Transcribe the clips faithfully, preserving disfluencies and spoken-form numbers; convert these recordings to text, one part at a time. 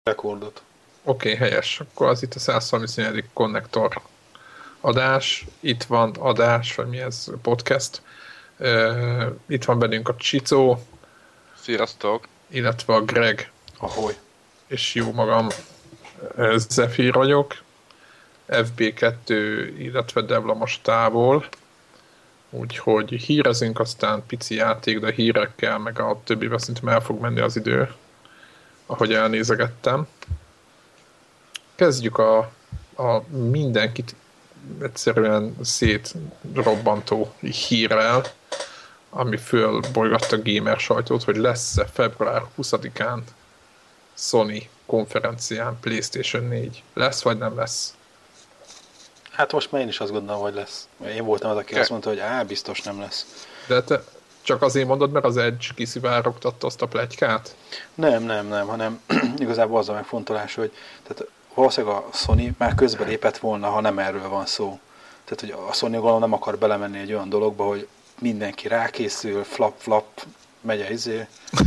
rekordot. Oké, okay, helyes. Akkor az itt a száz harmincnégy. konnektor adás. Itt van adás, vagy mi ez, podcast. Uh, itt van bennünk a Csicó. Sziasztok! Illetve a Greg. Ahogy. És jó magam, Zephyr vagyok. ef bé kettő, illetve Devla most távol. Úgyhogy hírezünk, aztán pici játék, de hírekkel, meg a többivel szerintem el fog menni az idő, ahogy elnézegettem. Kezdjük a, a mindenkit egyszerűen szétrobbantó hírrel, ami fölbolygatta a gamer sajtót, hogy lesz-e február huszadikán Sony konferencián PlayStation négy. Lesz vagy nem lesz? Hát most már én is azt gondolom, hogy lesz. Én voltam az, aki azt mondta, hogy á, biztos nem lesz. De te csak azért mondod, mert az Edge kiszivárogtatta azt a pletykát? Nem, nem, nem, hanem igazából az a megfontolás, hogy tehát valószínűleg a Sony már közbe lépett volna, ha nem erről van szó. Tehát, hogy a Sony gondolom nem akar belemenni egy olyan dologba, hogy mindenki rákészül, flap-flap, megy a izé,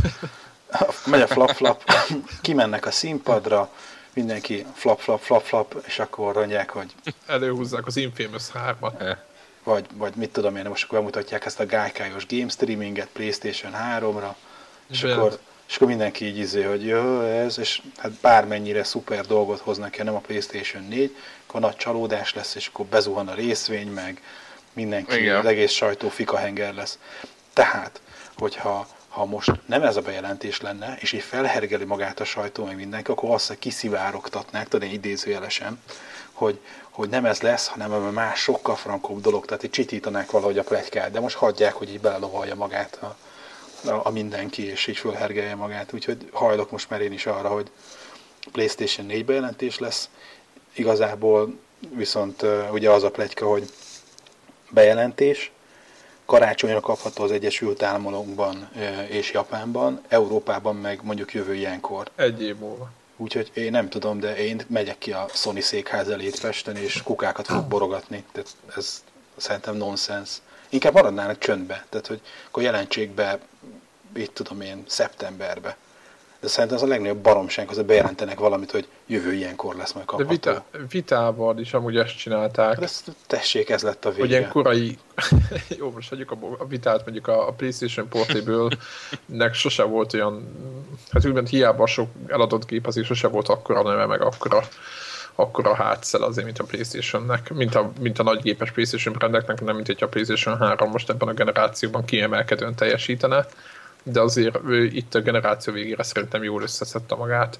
megy a flap-flap, kimennek a színpadra, mindenki flap-flap-flap-flap, és akkor mondják, hogy... Előhúzzák az Infamous hármat. Vagy, vagy mit tudom én, most akkor bemutatják ezt a gálykályos game streaminget PlayStation háromra, és akkor, és akkor mindenki így izé, hogy jó ez, és hát bármennyire szuper dolgot hoznak ki, nem a PlayStation négy, akkor nagy csalódás lesz, és akkor bezuhan a részvény, meg mindenki, igen. Az egész sajtó fikahenger lesz. Tehát, hogyha ha most nem ez a bejelentés lenne, és így felhergeli magát a sajtó, meg mindenki, akkor azt kiszivárogtatnák, tudod, én idézőjelesen, hogy, hogy nem ez lesz, hanem más sokkal frankóbb dolog, tehát így csitítanák valahogy a pletykát, de most hagyják, hogy így belelovalja magát a, a, a mindenki, és így fölhergelje magát, úgyhogy hajlok most már én is arra, hogy PlayStation négy bejelentés lesz, igazából viszont uh, ugye az a pletyka, hogy bejelentés, karácsonyra kapható az Egyesült Államokban és Japánban, Európában meg mondjuk jövő ilyenkor. Egy év múlva. Úgyhogy én nem tudom, de én megyek ki a Sony székház elé Pesten, és kukákat fog borogatni. Tehát ez szerintem nonsens. Inkább maradnának csöndbe. Tehát, hogy akkor jelentsék be, itt tudom én, szeptemberbe. De szerintem az a legnagyobb baromság, hogy bejelentenek valamit, hogy jövő ilyenkor lesz majd kapható. De vita, vitával is amúgy ezt csinálták. De ezt, tessék, ez lett a vége. Hogy ilyen korai... Jó, most hagyjuk a, a vitát, mondjuk a, a PlayStation Portable-nek sose volt olyan... Hát úgymond hiába sok eladott gép, azért sose volt akkora neve, meg akkora, akkora hátszel azért, mint a PlayStation-nek. Mint a, mint a nagygépes PlayStation brandeknek, nem mint hogy a PlayStation három most ebben a generációban kiemelkedően teljesítene. De azért ő itt a generáció végére szerintem jól összeszedte magát.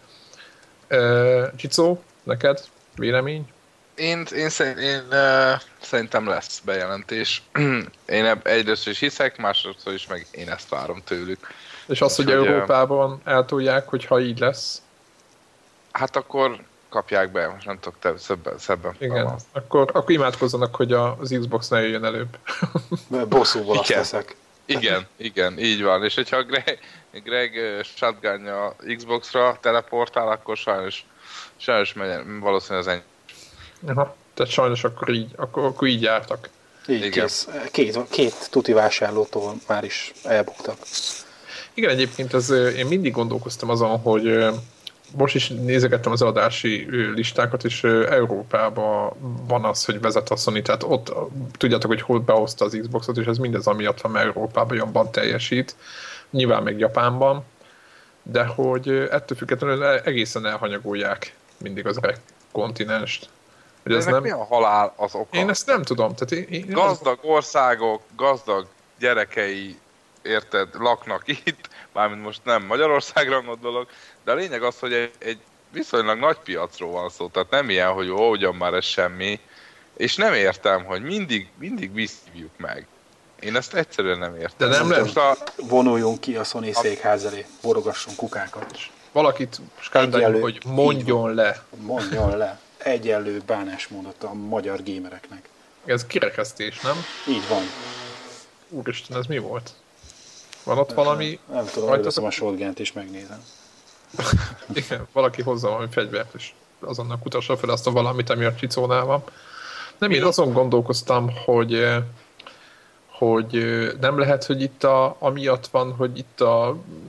Csicó, neked vélemény? Én, én, szerint, én uh, szerintem lesz bejelentés. Én egyrészt is hiszek, másrészt is meg én ezt várom tőlük. És azt, hogy, hogy Európában eltolják, hogyha így lesz? Hát akkor kapják be, most nem tudok te szebben. szebben Igen, akkor, akkor imádkozzanak, hogy az Xbox ne jöjjön előbb. Bosszúból azt teszek. Igen, igen, így van. És hogyha Greg, Greg shotgunja a Xbox-ra teleportál, akkor sajnos, sajnos megy, valószínűleg az ennyi. Aha, tehát sajnos akkor így, akkor, akkor így jártak. Így igen. Kész. Két, két tuti vásárlótól már is elbuktak. Igen, egyébként ez, én mindig gondolkoztam azon, hogy most is nézegettem az adási listákat, és Európában van az, hogy vezet a Sony, tehát ott tudjátok, hogy hol behozta az Xboxot, és ez mindez amiatt van, mert Európában jobban teljesít, nyilván még Japánban, de hogy ettől függetlenül egészen elhanyagolják mindig az öreg kontinenst. De ez nem... mi a halál az oka? Én ezt nem tudom. Tehát én, én gazdag az... országok, gazdag gyerekei, érted, laknak itt, mármint most nem Magyarországra gondolok, de a lényeg az, hogy egy, egy viszonylag nagy piacról van szó, tehát nem ilyen, hogy ó, ugyan már ez semmi, és nem értem, hogy mindig, mindig visszívjuk meg. Én ezt egyszerűen nem értem. De nem lesz. A... Vonuljunk ki a Sony székház elé, borogassunk kukákat is. Valakit skandáljuk, hogy mondjon le. Mondjon le. Egyenlő bánásmódot a magyar gamereknek. Ez kirekesztés, nem? Így van. Úristen, ez mi volt? Van ott valami... Nem tudom, hogy veszem a shotgunt és megnézem. Igen, valaki hozza valami fegyvert, és azonnal kutassa fel azt a valamit, ami a Csicónál van. Nem, én azon gondolkoztam, hogy, hogy nem lehet, hogy itt a, amiatt van, hogy itt a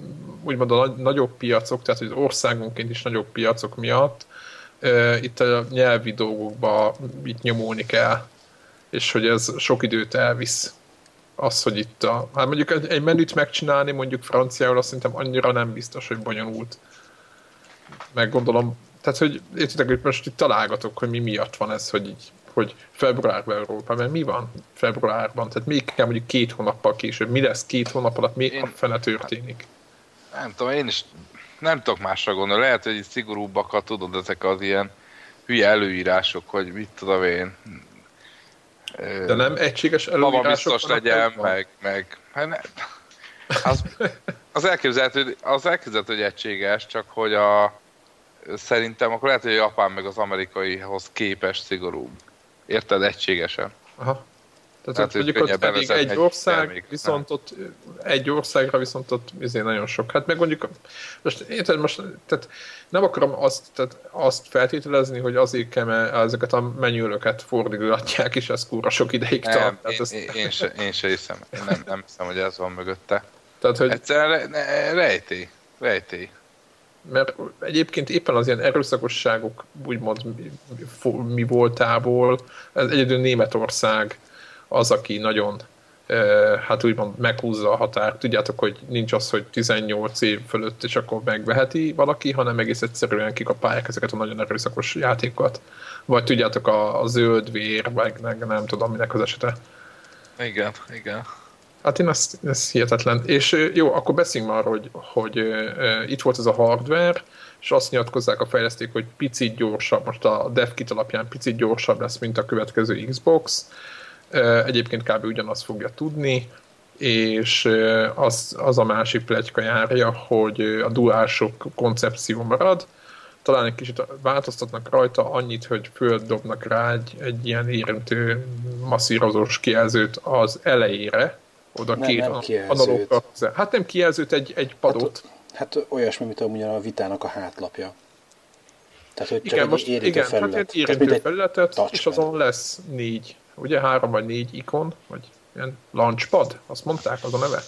úgymond a nagyobb piacok, tehát az országonként is nagyobb piacok miatt itt a nyelvi dolgokba itt nyomulni kell, és hogy ez sok időt elvisz. Az, hogy itt a... Hát mondjuk egy menüt megcsinálni, mondjuk franciául, azt szerintem annyira nem biztos, hogy bonyolult. Meg gondolom, tehát, hogy értitek, hogy most itt találgatok, hogy mi miatt van ez, hogy így, hogy februárban Európában, mert mi van februárban? Tehát még kell mondjuk két hónappal később. Mi lesz két hónap alatt, még a fene történik? Nem tudom, én is nem tudok másra gondolni. Lehet, hogy itt szigorúbbakat tudod, ezek az ilyen hülye előírások, hogy mit tudom én. De nem egységes előírások? Baba biztos legyen, meg, meg hát ne, az, az, elképzelhető, az elképzelhető, hogy egységes, csak hogy a szerintem akkor lehet, hogy a japán meg az amerikaihoz képest szigorúbb. Érted? Egységesen. Aha. Tehát, tehát mondjuk ott pedig egy ország, termék, viszont nem. Ott egy országra viszont ott azért nagyon sok. Hát meg mondjuk, most, érted, most tehát nem akarom azt, tehát azt feltételezni, hogy azért kell, mert ezeket a menülöket fordítgatják, és ez kúra sok ideig tart. Nem, tehát én, ezt... én, én, se, én se hiszem. Én nem, nem hiszem, hogy ez van mögötte. Tehát, hogy... Egyszerűen rejtély. Rejtély. Mert egyébként éppen az ilyen erőszakosságok úgymond mi voltából, ez egyedül Németország az, aki nagyon hát úgymond meghúzza a határt. Tudjátok, hogy nincs az, hogy tizennyolc év fölött, és akkor megveheti valaki, hanem egész egyszerűen kikapálják ezeket a nagyon erőszakos játékokat. Vagy tudjátok, a, a zöld vér, meg, meg nem tudom, minek az esete. Igen, igen. Hát én ezt, ez hihetetlen. És jó, akkor beszéljünk már arról, hogy, hogy uh, itt volt ez a hardware, és azt nyilatkozzák a fejlesztők, hogy picit gyorsabb, most a DevKit alapján picit gyorsabb lesz, mint a következő Xbox. Uh, egyébként kb. Ugyanazt fogja tudni, és uh, az, az a másik pletyka járja, hogy a DualShock koncepció marad. Talán egy kicsit változtatnak rajta, annyit, hogy földobnak rá egy, egy ilyen érintő masszírozós kijelzőt az elejére, oda nem, két nem analóg. Hát nem kijelzőt, egy, egy padot. Hát, hát olyasmi, mint amúgy a vitának a hátlapja. Tehát, hogy igen, csak most, egy érintő igen, felület. hát egy érintő egy felületet, touchpad. És azon lesz négy, ugye három vagy négy ikon, vagy ilyen launchpad, azt mondták, az a neve?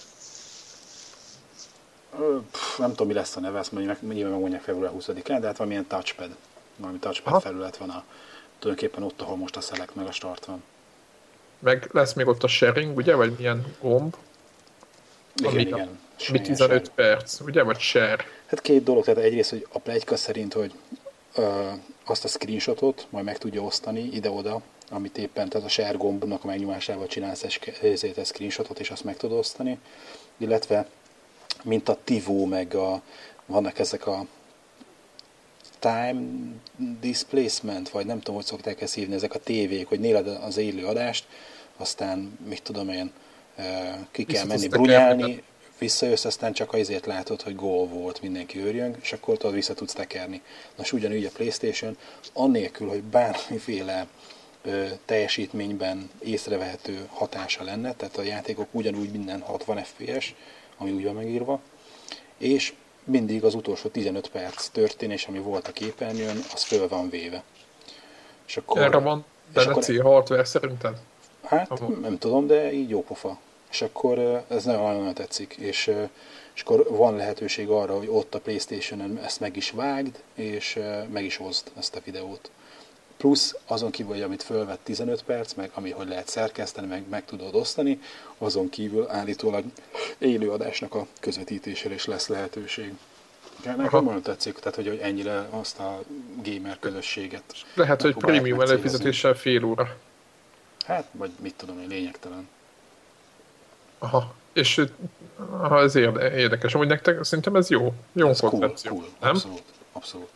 Pff, nem tudom, mi lesz a neve, ezt mondjuk, nyilván megmondják február huszadikán, de hát valamilyen touchpad. Valami touchpad Aha. felület van a, tulajdonképpen ott, ahol most a select meg a start van. Meg lesz még ott a sharing, ugye, vagy milyen gomb? Igen, ami, igen. Ami tizenöt share. Perc, ugye, vagy share? Hát két dolog, tehát egyrészt, hogy a pletyka szerint, hogy ö, azt a screenshotot majd meg tudja osztani ide-oda, amit éppen, tehát a share gombnak a megnyomásával csinálsz egy, egy screenshotot, és azt meg tud osztani, illetve mint a TiVo, meg a, vannak ezek a time displacement, vagy nem tudom, hogy szokták ezt hívni, ezek a tévék, hogy néled az élő adást, aztán, mit tudom én, ki kell menni brunyálni, visszajössz, aztán csak azért látod, hogy gól volt, mindenki őrjön, és akkor tudod, vissza tudsz tekerni. Nos, ugyanúgy a PlayStation, annélkül, hogy bármiféle ö, teljesítményben észrevehető hatása lenne, tehát a játékok ugyanúgy minden hatvan ef pé es, ami úgy van megírva, és mindig az utolsó tizenöt perc történés, ami volt a képernyőn, az föl van véve. És akkor, erre van benne C hardware szerinted? Hát Ahol. nem tudom, de így jó pofa. És akkor ez nagyon, nagyon tetszik. És, és akkor van lehetőség arra, hogy ott a PlayStation-en ezt meg is vágd, és meg is hozd ezt a videót. Plusz azon kívül, hogy amit fölvett tizenöt perc, meg ami hogy lehet szerkeszteni, meg meg tudod osztani, azon kívül állítólag élőadásnak a közvetítésére is lesz lehetőség. Nekem nagyon tetszik, tehát hogy, hogy ennyire azt a gamer közösséget. Lehet, hogy prémium előfizetéssel fél óra. Hát, vagy mit tudom én, lényegtelen. Aha, és aha, ez érdekes. Amúgy nektek szerintem ez jó. Jó ez koncepció. Cool, cool. Nem? Abszolút, abszolút.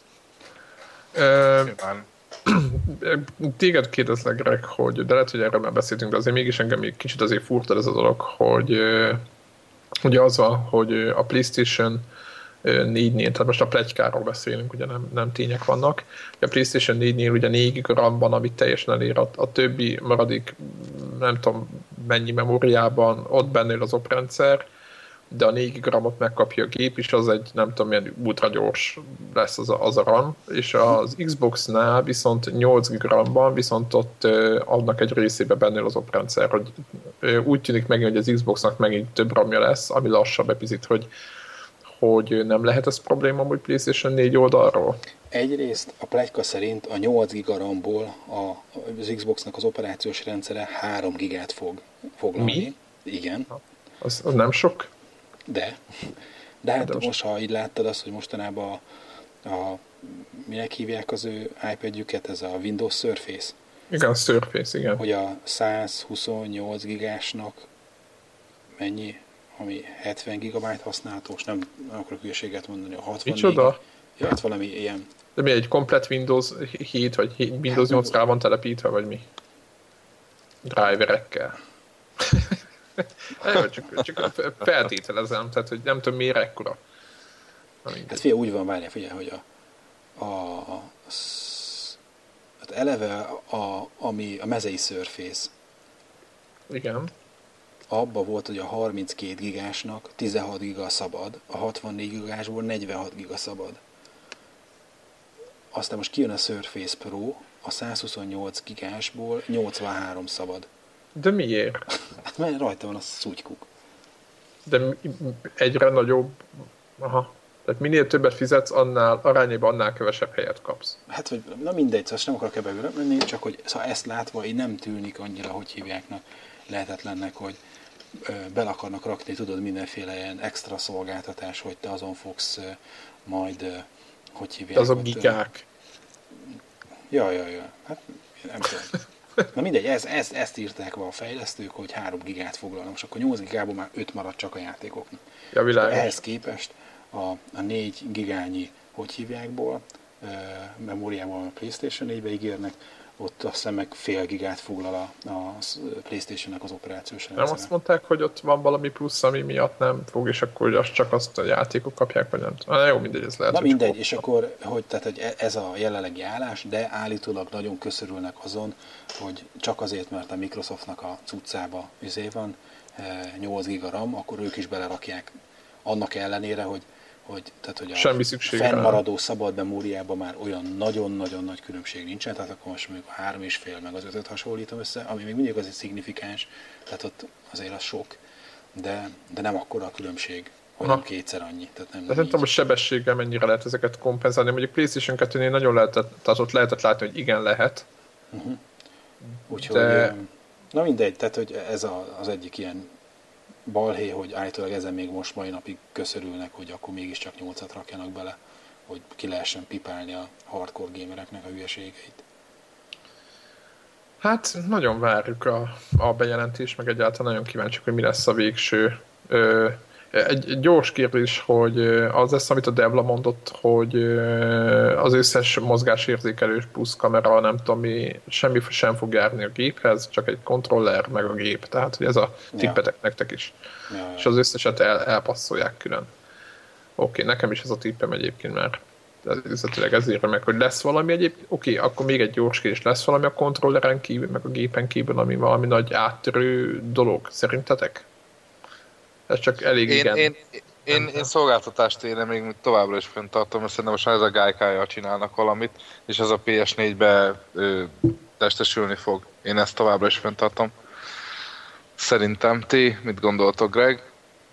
E, téged kérdezlek, Greg, hogy, de lehet, hogy erről már beszéltünk, de azért mégis engem még kicsit azért furtad ez a dolog, hogy ugye az van, hogy a PlayStation négynél, tehát most a pletykáról beszélünk, ugye nem, nem tények vannak. A PlayStation négynél ugye négy gigában, amit teljesen elér, a, a többi maradék, nem tudom mennyi memóriában, ott benne az oprendszer, de a négy gigramot megkapja a gép, és az egy, nem tudom, milyen ultra gyors lesz az a, az a RAM, és az Xbox-nál viszont nyolc gigramban, viszont ott adnak egy részébe benne az oprendszer, hogy úgy tűnik megint, hogy az Xbox-nak megint több ramja lesz, ami lassabb egy picit, hogy hogy nem lehet ez probléma amúgy PlayStation négy oldalról? Egyrészt a pletyka szerint a nyolc giga RAM-ból az Xboxnak az operációs rendszere három gigát fog foglalni. Mi? Igen. Az, az nem sok? De. De hát De most, most, ha így láttad azt, hogy mostanában a, a minek hívják az ő iPad-jüket, ez a Windows Surface. Igen, a Surface, igen. Hogy a százhuszonnyolc gigásnak mennyi, ami hetven gigabyte használható, és nem, nem akarok hülyeséget mondani, a hatvannégy. Micsoda? Ja, hát valami ilyen. De mi egy komplet Windows hét, vagy Windows nyolc rá van telepítve, vagy mi? Driverekkel. csak, csak feltételezem, tehát hogy nem tudom miért ekkora. Hát figyelj, úgy van, várjál, figyelj, hogy a, a, a hát eleve a, ami a mezei Surface. Igen. Abba volt, hogy a harminckét gigásnak tizenhat giga szabad, a hatvannégy gigásból negyvenhat giga szabad. Aztán most kijön a Surface Pro, a százhuszonnyolc gigásból nyolcvanhárom szabad. De miért? Hát mert rajta van a szutykuk. De egyre nagyobb... Aha. Tehát minél többet fizetsz, annál arányában annál kevesebb helyet kapsz. Hát, hogy na mindegy, szóval nem akarok ebbe menni, csak hogy szóval ezt látva így nem tűnik annyira, hogy hívjáknak, lehetetlennek, hogy ö, bele akarnak rakni, tudod, mindenféle ilyen extra szolgáltatás, hogy te azon fogsz ö, majd, ö, hogy hívják. Azok gigák. Ja, ja, ja. Hát nem tudom. Na mindegy, ez, ez, ezt írták be a fejlesztők, hogy három gigát foglalnak, most akkor nyolc gigából már öt maradt csak a játékoknak. Ja, világos. Ehhez képest a, a négy gigányi, hogy hívjákból, uh, memóriával a PlayStation négybe ígérnek, ott azt hiszem meg fél gigát foglal a, a PlayStation-nek az operációs rendszer. Nem azt mondták, hogy ott van valami plusz, ami miatt nem fog, és akkor hogy azt csak azt a játékok kapják, vagy nem tudom. Na jó, mindegy, ez lehet. Na mindegy, és akkor, hogy, tehát, hogy ez a jelenlegi állás, de állítólag nagyon köszörülnek azon, hogy csak azért, mert a Microsoftnak a cuccába üzé van nyolc giga RAM, akkor ők is belerakják. Annak ellenére, hogy hogy, tehát, hogy a semmi szükség fennmaradó szabad memóriában már olyan nagyon-nagyon nagy különbség nincsen, tehát akkor most mondjuk a három és fél meg az ötöt hasonlítom össze, ami még mindig azért szignifikáns, tehát ott azért az sok, de, de nem akkora a különbség, hogy nem kétszer annyi. Tehát nem, de nem tudom, hogy sebességgel mennyire lehet ezeket kompenzálni, mondjuk PlayStation kettőnél nagyon lehetett, tehát ott lehetett látni, hogy igen lehet. Uh-huh. Úgyhogy, de... na mindegy, tehát hogy ez a, az egyik ilyen balhé, hogy állítólag ezen még most mai napig köszörülnek, hogy akkor mégiscsak nyolcat rakjanak bele, hogy ki lehessen pipálni a hardcore gamereknek a hülyeségeit. Hát nagyon várjuk a, a bejelentést, meg egyáltalán nagyon kíváncsiak, hogy mi lesz a végső. Ö, egy, egy gyors kérdés, hogy az lesz, amit a Devla mondott, hogy az összes mozgásérzékelős plusz kamera, nem tudom mi, semmi sem fog járni a géphez, csak egy kontroller, meg a gép. Tehát, hogy ez a tippetek ja. nektek is. Ja, ja. És az összeset el, elpasszolják külön. Oké, okay, nekem is ez a tippem egyébként már. Üzletileg ezért meg, hogy lesz valami egyébként. Oké, okay, akkor még egy gyors kérdés, lesz valami a kontrolleren kívül, meg a gépen kívül, ami valami nagy áttörő dolog, szerintetek? Ez csak elég én, igen. Én, én, én szolgáltatást én még továbbra is fenntartom, mert szerintem most már ez a gálykájjal csinálnak valamit, és ez a pé es négybe ö, testesülni fog. Én ezt továbbra is fenntartom. Szerintem. Ti mit gondoltok, Greg?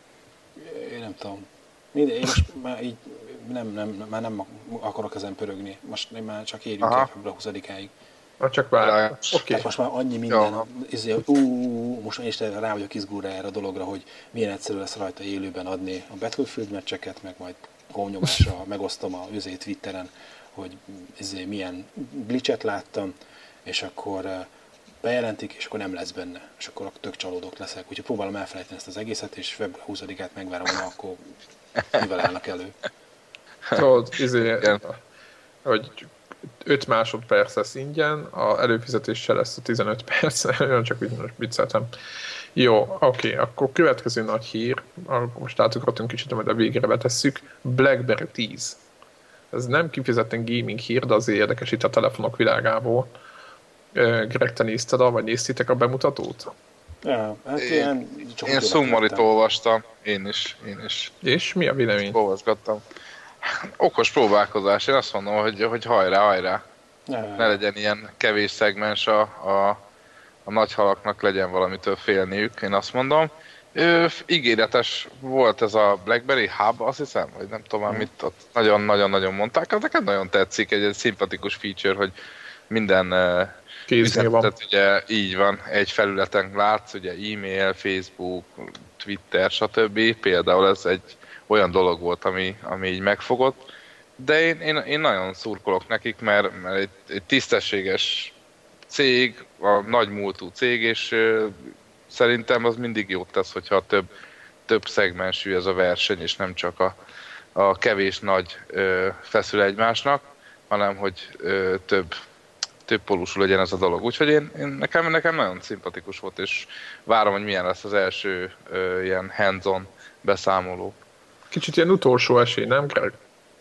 Én nem tudom. Minden, én most már így nem, nem, már nem akarok ezen pörögni. Most én már csak érjünk el február huszadikáig. Csak vár. Okay. Hát most már annyi minden, ezért, ú, most én is rá vagyok izgulva erre a dologra, hogy milyen egyszerű lesz rajta élőben adni a Battlefield meccseket, meg majd gomnyomásra megosztom a üzé Twitteren, hogy ezért milyen glitchet láttam, és akkor bejelentik, és akkor nem lesz benne, és akkor tök csalódok leszek. Úgyhogy próbálom elfelejteni ezt az egészet, és február huszadikát megvárom, akkor mivel állnak elő. Tudod, izé, hogy öt másodperc lesz ingyen, a előfizetéssel lesz a tizenöt perc, olyan csak úgy vicceltem. Jó, oké, akkor következő nagy hír, most átugratunk kicsit, majd a végére betesszük, BlackBerry tíz. Ez nem kifejezetten gaming hír, de azért érdekes itt a telefonok világából. Greg, te nézted, vagy néztétek a bemutatót? Ja, hát én ilyen, én szummarit olvastam, én is, én is. És mi a vélemény? Olvasgattam. Okos próbálkozás, én azt mondom, hogy, hogy hajrá, hajrá. Ja, ne legyen ilyen kevés szegmens a, a, a nagy halaknak, legyen valamitől félniük, én azt mondom. Ö, ígéretes volt ez a BlackBerry Hub, azt hiszem, vagy nem tudom, mit ott nagyon-nagyon-nagyon mondták. Az nekem nagyon tetszik, egy, egy szimpatikus feature, hogy minden üzenetet ugye így van, egy felületen látsz, ugye e-mail, Facebook, Twitter, stb. Például ez egy olyan dolog volt, ami, ami így megfogott. De én, én, én nagyon szurkolok nekik, mert, mert egy, egy tisztességes cég, a nagy múltú cég, és ö, szerintem az mindig jót tesz, hogyha több, több szegmensű ez a verseny, és nem csak a, a kevés nagy ö, feszül egymásnak, hanem hogy ö, több, több pólusú legyen ez a dolog. Úgyhogy én, én, nekem, nekem nagyon szimpatikus volt, és várom, hogy milyen lesz az első ö, ilyen hands-on beszámoló. Kicsit ilyen utolsó esély, nem, Greg?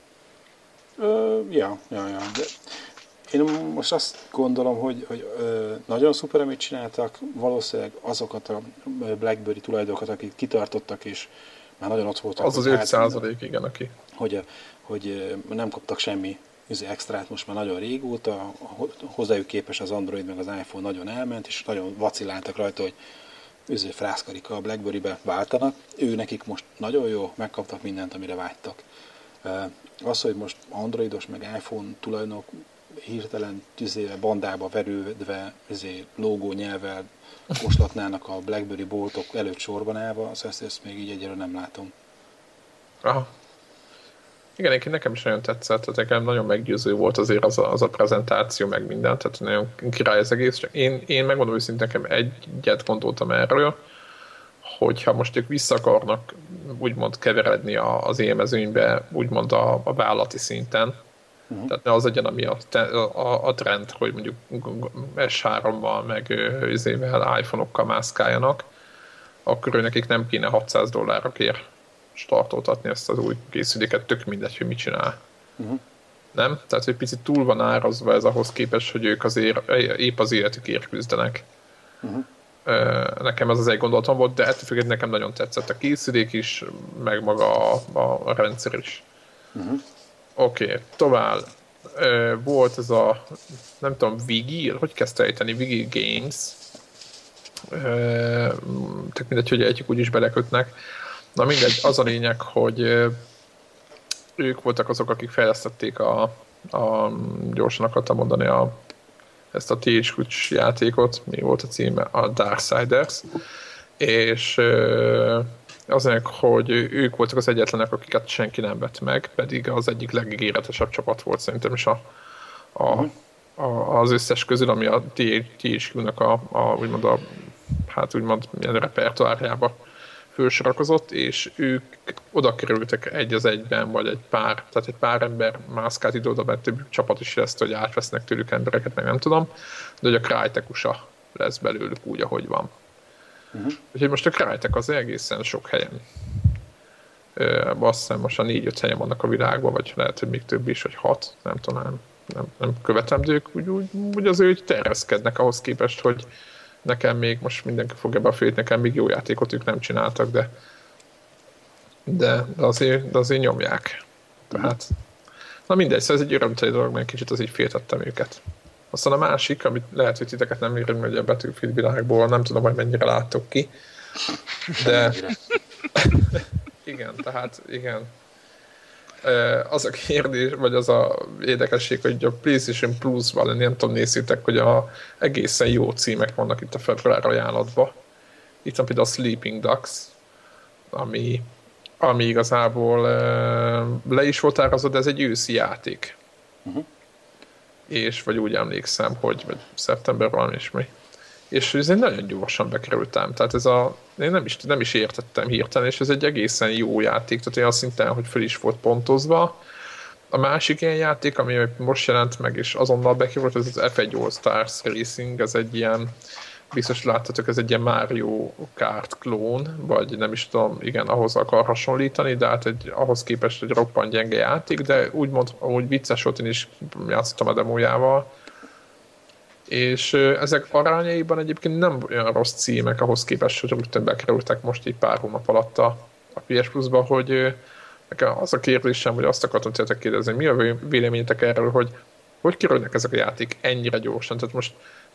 Uh, ja, ja, ja. De én most azt gondolom, hogy, hogy uh, nagyon szuper, amit csináltak, valószínűleg azokat a BlackBerry tulajdonokat, akik kitartottak, és már nagyon ott voltak. Az az öt százalék, igen, aki. Hogy, hogy nem kaptak semmi extrát most már nagyon régóta, hozzájuk képes az Android meg az iPhone nagyon elment, és nagyon vacilláltak rajta, hogy üző frászkarika a BlackBerry-be váltanak. Ő nekik most nagyon jó, megkaptak mindent, amire vágytak. Az, hogy most androidos meg iPhone tulajdonok hirtelen tüzéve, bandába verődve, logó nyelvvel koslatnának a BlackBerry boltok előtt sorban állva, azt, ezt, ezt még így egyelőre nem látom. Aha. Igen, egyébként nekem is nagyon tetszett, tehát nekem nagyon meggyőző volt azért az a, az a prezentáció, meg minden, tehát nagyon király az egész. Csak én, én megmondom őszintén, nekem egyet gondoltam erről, hogyha most ők vissza akarnak úgymond keveredni az élmezőnybe, úgymond a, a vállalati szinten, uh-huh. Tehát ne az legyen, ami a, a, a trend, hogy mondjuk es hárommal, meg izével, iPhone-okkal mászkáljanak, akkor ő nekik nem kéne hatszáz dollárokért startoltatni ezt az új készüléket, tök mindegy, hogy mit csinál. Uh-huh. Nem? Tehát, hogy picit túl van árazva ez ahhoz képest, hogy ők azért épp az életükért küzdenek. Uh-huh. Nekem ez az egy gondolatom volt, de ettől függetlenül nekem nagyon tetszett a készülék is, meg maga a, a, a rendszer is. Uh-huh. Oké, okay, tovább. Volt ez a, nem tudom, Vigil, hogy kezdte ejteni? Vigil Games. Tök mindegy, hogy egyik úgyis belekötnek. Na mindegy, az a lényeg, hogy ők voltak azok, akik fejlesztették a, a gyorsan akartam mondani a ezt a té há kú játékot, mi volt a címe? A Darksiders, és azért, hogy ők voltak az egyetlenek, akiket senki nem vett meg, pedig az egyik legígéretesebb csapat volt szerintem is a, a, a, az összes közül, ami a té há kú-nak a, a, úgymond a, hát úgymond milyen repertoárjába fősorakozott, és ők oda kerültek egy az egyben, vagy egy pár, tehát egy pár ember mászkált ide-oda, mert több csapat is lesz, hogy átvesznek tőlük embereket, meg nem tudom, de hogy a Crytek-usa lesz belőlük úgy, ahogy van. Uh-huh. Úgyhogy most a Crytek az egészen sok helyen. Ö, azt hiszem most a négy-öt helyen vannak a világban, vagy lehet, hogy még több is, vagy hat, nem tudom, nem, nem, nem követem, de ők úgy, úgy, úgy azért úgy terjeszkednek ahhoz képest, hogy nekem még, most mindenki fogja be a főt, nekem még jó játékot ők nem csináltak, de de, de, azért, de azért nyomják. Tehát, na mindegy, szóval ez egy örömteli dolog, mert kicsit az így féltettem őket. Aztán a másik, amit lehet, hogy titeket nem írunk, hogy a Battlefield világból, nem tudom, hogy mennyire láttok ki, de igen, tehát igen. Az a kérdés, vagy az a érdekesség, hogy a PlayStation Plus-ban, nem tudom, nézzétek, hogy a egészen jó címek vannak itt a február ajánlatban. Itt van például a Sleeping Dogs, ami, ami igazából le is volt árazott, de ez egy őszi játék. Uh-huh. És vagy úgy emlékszem, hogy vagy szeptember valami is mi. És ez egy nagyon gyorsan bekerültem. Tehát ez a, én nem is, nem is értettem hirtelen, és ez egy egészen jó játék, tehát olyan szinten, hogy föl is volt pontozva. A másik ilyen játék, ami most jelent meg, és azonnal bekerült, ez az ef egy All Stars Racing, ez egy ilyen, biztos láttatok, ez egy ilyen Mario Kart klón, vagy nem is tudom, igen, ahhoz akar hasonlítani, de hát egy, ahhoz képest egy roppant gyenge játék, de úgymond, ahogy vicces volt, én is játszottam a demójával, és ezek arányaiban egyébként nem olyan rossz címek ahhoz képest, hogy rögtön bekerültek most így pár hónap alatt a, a pé es Plus-ba, hogy nekem az a kérdésem, hogy azt akartam tényleg kérdezni, mi a véleményetek erről, hogy hogy kerülnek ezek a játék ennyire gyorsan? Tehát most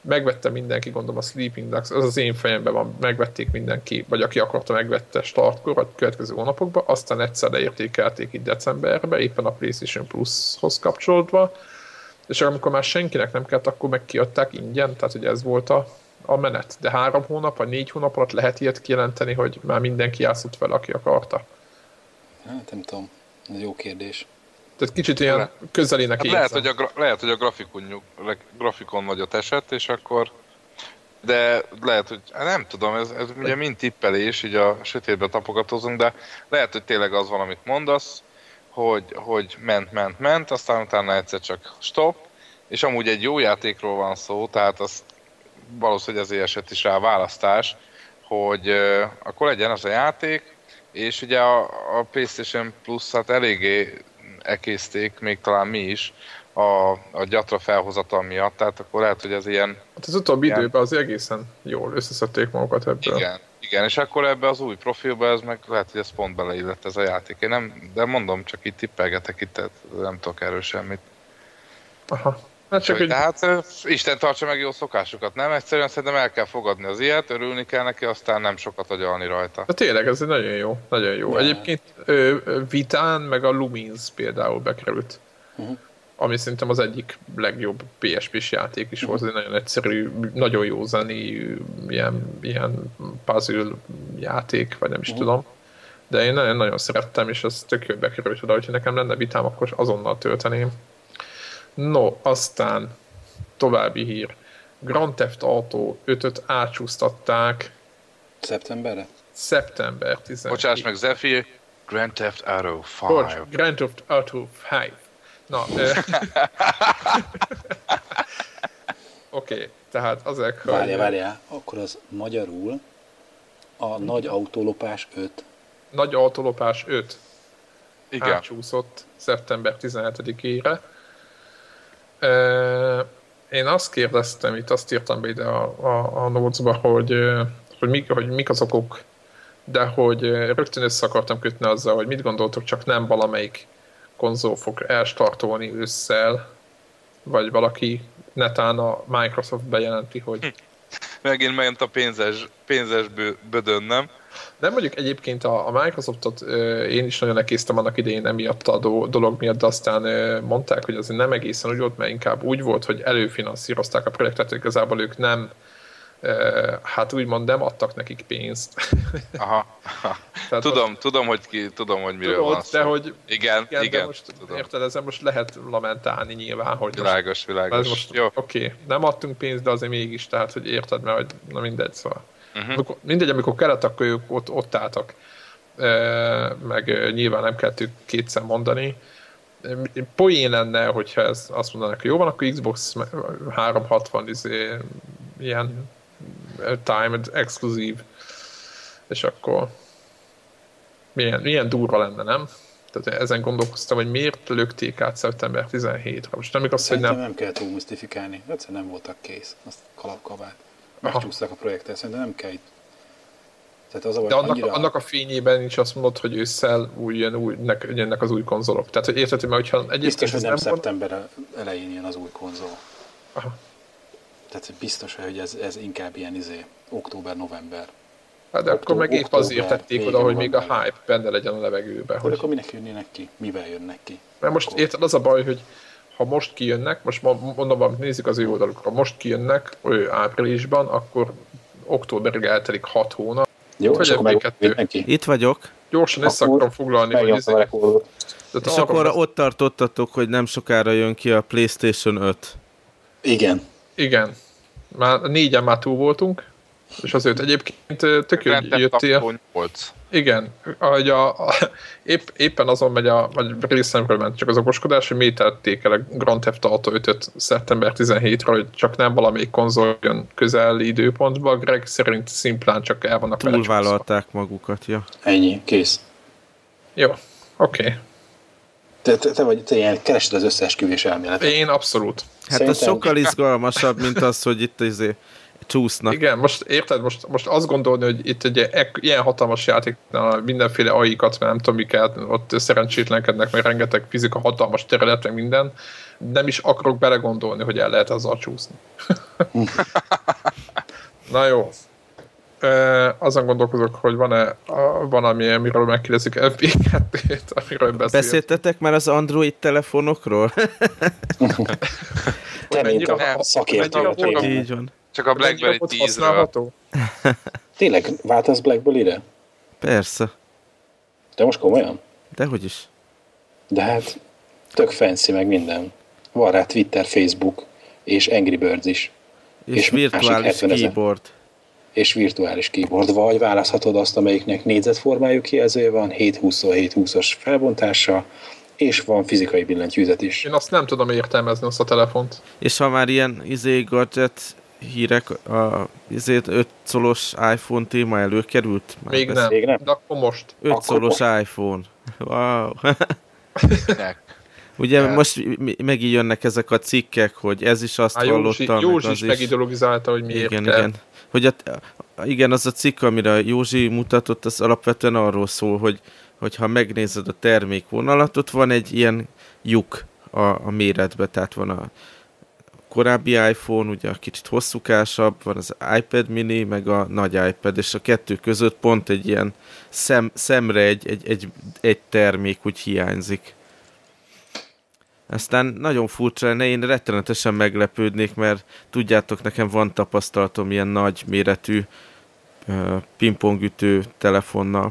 megvette mindenki, gondolom a Sleeping Dogs, az az én fejemben van, megvették mindenki, vagy aki akarta, megvette startkor, vagy következő hónapokban, aztán egyszer leértékelték itt decemberben, éppen a PlayStation Plus-hoz kapcsolódva, és amikor már senkinek nem kellett, akkor meg kiadták ingyen, tehát ugye ez volt a, a menet. De három hónap, vagy négy hónap alatt lehet ilyet kijelenteni, hogy már mindenki játszott vele, aki akarta. Hát nem tudom, ez jó kérdés. Tehát kicsit ilyen Le- közelének hát lehet, hogy a gra- lehet, hogy a grafikon, grafikon nagyot esett, és akkor de lehet, hogy nem tudom, ez, ez ugye mind tippelés, így a sötétbe tapogatózunk, de lehet, hogy tényleg az van, amit mondasz, hogy, hogy ment, ment, ment, aztán utána egyszer csak stop, és amúgy egy jó játékról van szó, tehát az valószínűleg ezért esett is rá a választás, hogy uh, akkor legyen az a játék, és ugye a, a PlayStation Plus-at eléggé ekészték, még talán mi is, a, a gyatra felhozatal miatt, tehát akkor lehet, hogy ez ilyen... Hát az utóbbi ilyen... időben az egészen jól összeszedték magukat ebből. Igen, igen, és akkor ebbe az új profilba ez meg lehet, hogy ez pont beleillett ez a játék. Én nem, de mondom, csak itt tippelgetek itt, tehát nem tudok erről semmit. Aha. Hát csak Úgy, egy... Tehát Isten tartsa meg jó szokásukat, nem? Egyszerűen szerintem el kell fogadni az ilyet, örülni kell neki, aztán nem sokat agyalni rajta. De tényleg, ez nagyon jó, nagyon jó. Ja. Egyébként ö, Vitán meg a Lumines például bekerült. Uh-huh. Ami szerintem az egyik legjobb pé es pés játék is volt, ez egy nagyon egyszerű, nagyon jó zenéjű, ilyen, ilyen puzzle játék, vagy nem is uh-huh. tudom. De én nagyon-nagyon szerettem, és ez tök jó bekerült oda, hogyha nekem lenne Vitám, akkor azonnal tölteném. No, aztán további hír. Grand Theft Auto ötöt átsúsztatták. Szeptemberre? Szeptember tizenkettő. Bocsáss meg, Zephyr, Grand Theft Auto öt. Bocs, Grand Theft Auto öt. Na, Oké, okay, tehát azek... Várjál, hogy... várjál, akkor az magyarul a Nagy Autólopás öt. Nagy Autólopás öt. Igen. Átsúszott szeptember tizenhetedikére. Uh, én azt kérdeztem, itt azt írtam be ide a, a, a notes-ba, hogy, hogy, mik, hogy mik az okok, de hogy rögtön össze akartam kötni azzal, hogy mit gondoltok, csak nem valamelyik konzol fog elstartolni ősszel, vagy valaki netán a Microsoft bejelenti, hogy... Megint ment a pénzes, pénzes bödön, nem? De mondjuk egyébként a, a Microsoftot ö, én is nagyon ekésztem annak idején emiatt a do, dolog miatt, de aztán ö, mondták, hogy azért nem egészen úgy volt, mert inkább úgy volt, hogy előfinanszírozták a projektet, hogy igazából ők nem ö, hát úgymond nem adtak nekik pénzt. Aha. Tehát tudom, most, tudom, hogy ki, tudom, hogy miről tudod, van szó. De hogy igen, igen, igen most, tudom. Érted, ezen most lehet lamentálni nyilván, hogy világos, most, világos. Most, Jó. Oké, okay, nem adtunk pénzt, de azért mégis, tehát, hogy érted, mert hogy, na mindegy, szóval. Uh-huh. Amikor, mindegy, amikor kellett, akkor ők ott, ott álltak. E, meg e, nyilván nem kellett ők kétszer mondani. E, poén lenne, hogyha ez azt mondanak, hogy jó van, akkor Xbox háromszázhatvan izé, ilyen timed, exkluzív, és akkor milyen, milyen durva lenne, nem? Tehát ezen gondolkoztam, hogy miért lökték át szeptember tizenhétre. Most nem igaz, hogy nem... nem kell túl misztifikálni. Egyszerűen nem voltak kész. Azt kalapkabát. Megcsúsztak a projektet, szerintem nem kell itt. Tehát az a, de annak, annyira... annak a fényében is azt mondod, hogy ősszel új, jön, új, nek, jönnek az új konzolok. Tehát, hogy érted, mert hogyha egyébként... Biztos, hogy nem, nem szeptember van... elején jön az új konzol. Aha. Tehát biztos, hogy ez, ez inkább ilyen izé, október-november. Hát de Októ- akkor meg épp azért tették oda, hogy még a hype benne legyen a levegőben. Hogy... Akkor minek jönnének ki? Mivel jönnek ki? Mert most akkor... érted, az a baj, hogy ha most kijönnek, most mondom, amit nézzük az ő oldalukra, most kijönnek ő áprilisban, akkor októberig eltelik hat hónap. Jó, és akkor meg itt vagyok. Gyorsan össze akarom foglalni, hogy ez... És akkor az... ott tartottatok, hogy nem sokára jön ki a PlayStation öt. Igen. Igen. Már négyen már túl voltunk, és az öt egyébként tök jó jöttél. Igen, ahogy a, a, épp, éppen azon megy a, vagy részemről ment csak az okoskodás, hogy miért tették el a Grand Theft Auto ötöt szeptember tizenhétre, hogy csak nem valamelyik konzol jön közeli időpontba. Greg szerint szimplán csak el vannak túlvállalták magukat, ja. Ennyi, kész. Jó, oké. Okay. Te, te, te vagy, te ilyen keresed az összeesküvés elméletet. Én abszolút. Hát szerintem... az sokkal izgalmasabb, mint az, hogy itt azért csúsznak. Igen, most érted, most, most azt gondolni, hogy itt egy ilyen hatalmas játéknál mindenféle á i-kat, mert nem tudom miket, ott szerencsétlenkednek, meg rengeteg fizika, hatalmas terület, meg minden, nem is akarok belegondolni, hogy el lehet azzal csúszni. Na jó. E, azon gondolkozok, hogy van-e valami, amiről megkérdezik ef bé kettőt, amiről beszélt. Beszéltetek már az Android telefonokról? Te, mint a szakértő. Így van. Csak a BlackBerry tízről. Tényleg váltasz BlackBerry-re? Persze. De most komolyan? Dehogy is. De hát tök fancy meg minden. Van rá Twitter, Facebook és Angry Birds is. És, és virtuális keyboard. És virtuális keyboard. Vagy választhatod azt, amelyiknek négyzetformájú kijelzője van, hétszázhúsz húszas felbontása, és van fizikai billentyűzet is. Én azt nem tudom értelmezni, azt a telefont. És ha már ilyen izé gadget hírek, a izé öt colos iPhone téma előkerült? Már Még nem. Még nem. De akkor most. öt colos iPhone. Wow. Ugye yeah. most megint jönnek ezek a cikkek, hogy ez is azt Há, hallottam. Józsi az is megideologizálta, hogy miért igen, kell. Igen. Hogy a, igen, az a cikk, amire Józsi mutatott, az alapvetően arról szól, hogy, hogy ha megnézed a termékvonalat, ott van egy ilyen lyuk a, a méretbe, tehát van a korábbi iPhone, ugye a kicsit hosszúkásabb, van az iPad mini, meg a nagy iPad, és a kettő között pont egy ilyen szem, szemre egy, egy, egy, egy termék úgy hiányzik. Aztán nagyon furcsa lenne, én rettenetesen meglepődnék, mert tudjátok, nekem van tapasztalatom ilyen nagy méretű uh, pingpongütő telefonnal,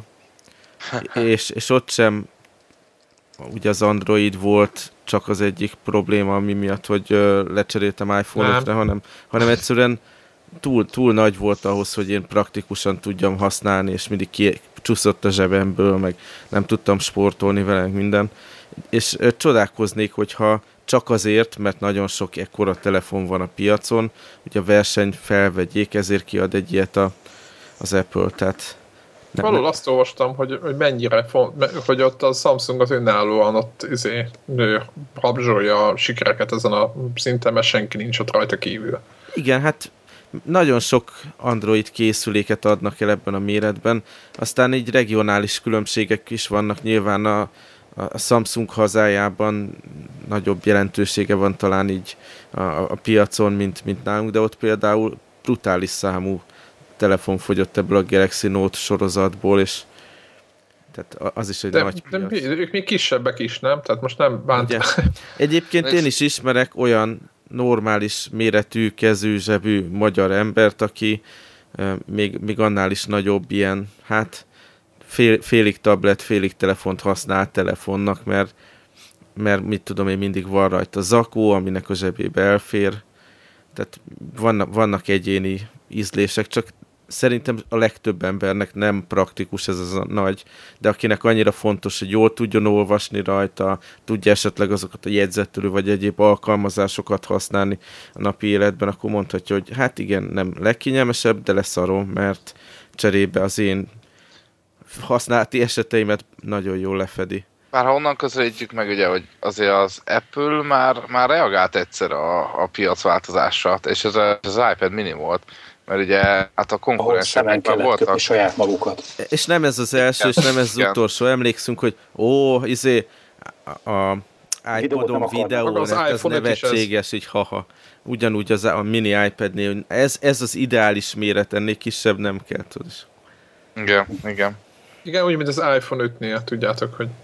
és, és ott sem ugye az Android volt csak az egyik probléma, ami miatt, hogy uh, lecseréltem iPhone-okra, hanem, hanem egyszerűen túl, túl nagy volt ahhoz, hogy én praktikusan tudjam használni, és mindig kicsúszott a zsebemből, meg nem tudtam sportolni vele, minden. És uh, csodálkoznék, hogyha csak azért, mert nagyon sok ekkora telefon van a piacon, hogy a verseny felvegyék, ezért kiad egy ilyet a, az Apple, tehát nem, valahol azt olvastam, hogy, hogy mennyire font, hogy ott a Samsung az önállóan ott izé, rabzsolja a sikereket ezen a szinten, mert senki nincs ott rajta kívül. Igen, hát nagyon sok Android készüléket adnak el ebben a méretben, aztán így regionális különbségek is vannak, nyilván a, a Samsung hazájában nagyobb jelentősége van talán így a, a piacon, mint, mint nálunk, de ott például brutális számú telefon fogyott ebből a Galaxy Note sorozatból, és tehát az is egy de, nagy de piac. Ők még kisebbek is, nem? Tehát most nem bánt. Egyébként én is ismerek olyan normális méretű, kezű, zsebű magyar embert, aki uh, még, még annál is nagyobb ilyen, hát fél, félig tablet, félig telefont használ telefonnak, mert, mert mit tudom én, mindig van rajta zakó, aminek a zsebébe elfér. Tehát vannak, vannak egyéni ízlések, csak szerintem a legtöbb embernek nem praktikus ez az a nagy, de akinek annyira fontos, hogy jól tudjon olvasni rajta, tudja esetleg azokat a jegyzetelő vagy egyéb alkalmazásokat használni a napi életben, akkor mondhatja, hogy hát igen, nem legkényelmesebb, de leszarom, mert cserébe az én használati eseteimet nagyon jól lefedi. Már ha onnan közelítjük meg, ugye, hogy azért az Apple már, már reagált egyszer a, a piacváltozásra, és ez az iPad mini volt, mert ugye hát a konkurenseknek már voltak. Saját magukat. És nem ez az első, és nem ez az utolsó. Emlékszünk, hogy ó, izé, a, a iPodon videó, az ez nevetséges, így haha. Ugyanúgy az a mini iPadnél, ez, ez az ideális méret, ennél kisebb nem kell, tudod. Igen, igen. Igen, úgy, mint az iPhone ötnél, tudjátok, hogy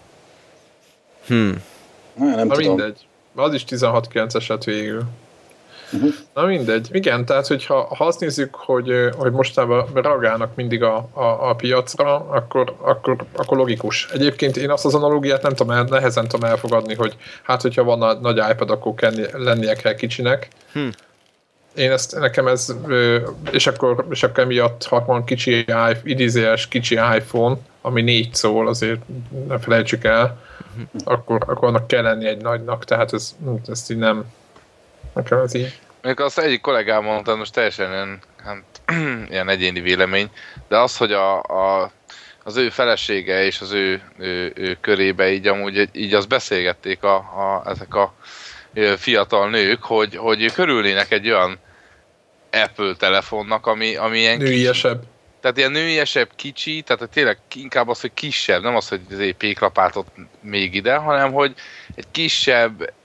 Hmm. Na, nem Na tudom. mindegy. Az is tizenhat kilences lett végül. Uh-huh. Na mindegy. Igen, tehát hogyha ha azt nézzük, hogy, hogy mostában reagálnak mindig a, a, a piacra, akkor, akkor, akkor logikus. Egyébként én azt az analógiát nem tudom, el, nehezen tudom elfogadni, hogy hát hogyha van a nagy iPad, akkor kenni, lennie kell kicsinek. Hmm. Én ezt, nekem ez, és akkor, és akkor emiatt, ha van kicsi, idézőjeles kicsi iPhone, ami négy szól, azért ne felejtsük el, akkor, akkor annak kell lenni egy nagynak, tehát ez, ezt így nem, nekem ez így. Még azt egyik kollégám mondta, most teljesen ilyen, hát, ilyen egyéni vélemény, de az, hogy a, a, az ő felesége és az ő, ő, ő körébe így amúgy így azt beszélgették a, a, ezek a fiatal nők, hogy, hogy ők örülnének egy olyan Apple telefonnak, ami, ami ilyen nőiesebb. Kicsi, tehát ilyen nőiesebb, kicsi, tehát tényleg inkább az, hogy kisebb, nem az, hogy az péklapátot még ide, hanem hogy egy kisebb,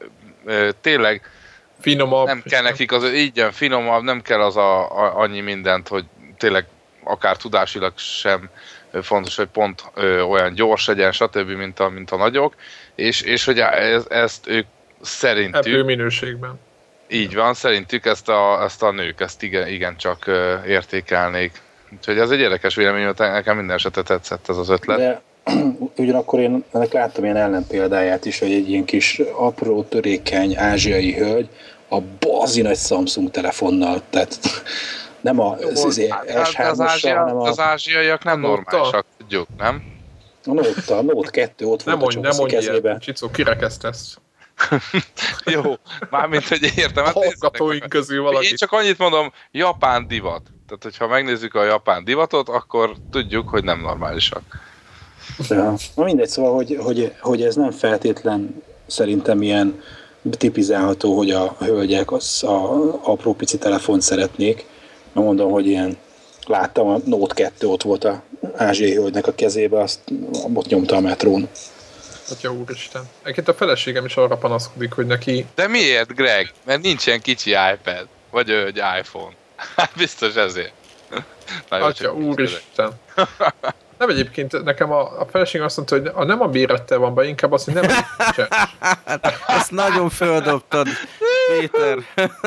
tényleg finomabb. Nem kell nekik az, így jön, finomabb, nem kell az a, a, annyi mindent, hogy tényleg akár tudásilag sem fontos, hogy pont ö, olyan gyors legyen, stb. mint a, mint a nagyok, és, és hogy ez, ezt ők szerintük... Ebből minőségben. Így van, szerintük ezt a, ezt a nők, ezt igen, igen csak ö, értékelnék. Úgyhogy ez egy érdekes vélemény, hogy nekem minden esetre tetszett ez az ötlet. De ugyanakkor én ennek láttam ilyen ellenpéldáját is, hogy egy ilyen kis apró, törékeny ázsiai hölgy a bazi nagy Samsung telefonnal, tehát nem a az, es hármassal, hanem a... Az ázsiaiak nem normálisak, tudjuk, nem? A Note, a Note kettő ott nem volt mondj, a nem mondj kezébe. ilyet, Csicó, kirekesztesz. Jó, mármint, hogy értem. A hallgatóink közül valaki. Én csak annyit mondom, japán divat. Tehát, hogyha megnézzük a japán divatot, akkor tudjuk, hogy nem normálisak. Ja. Na mindegy, szóval, hogy, hogy, hogy ez nem feltétlen szerintem ilyen tipizálható, hogy a hölgyek az a apró pici telefont szeretnék. Na mondom, hogy ilyen láttam, a Note kettő ott volt a ázsiai hölgynek a kezébe, azt ott nyomta a metrón. Atya úristen. Egyébként a feleségem is arra panaszkodik, hogy neki... De miért, Greg? Mert nincs ilyen kicsi iPad, vagy egy iPhone. Hát biztos ezért. Atya úristen. Nem, egyébként nekem a, a feleségem azt mondta, hogy a, nem a mérettel van be, inkább azt, hogy nem a Ezt nagyon földobtad, Péter.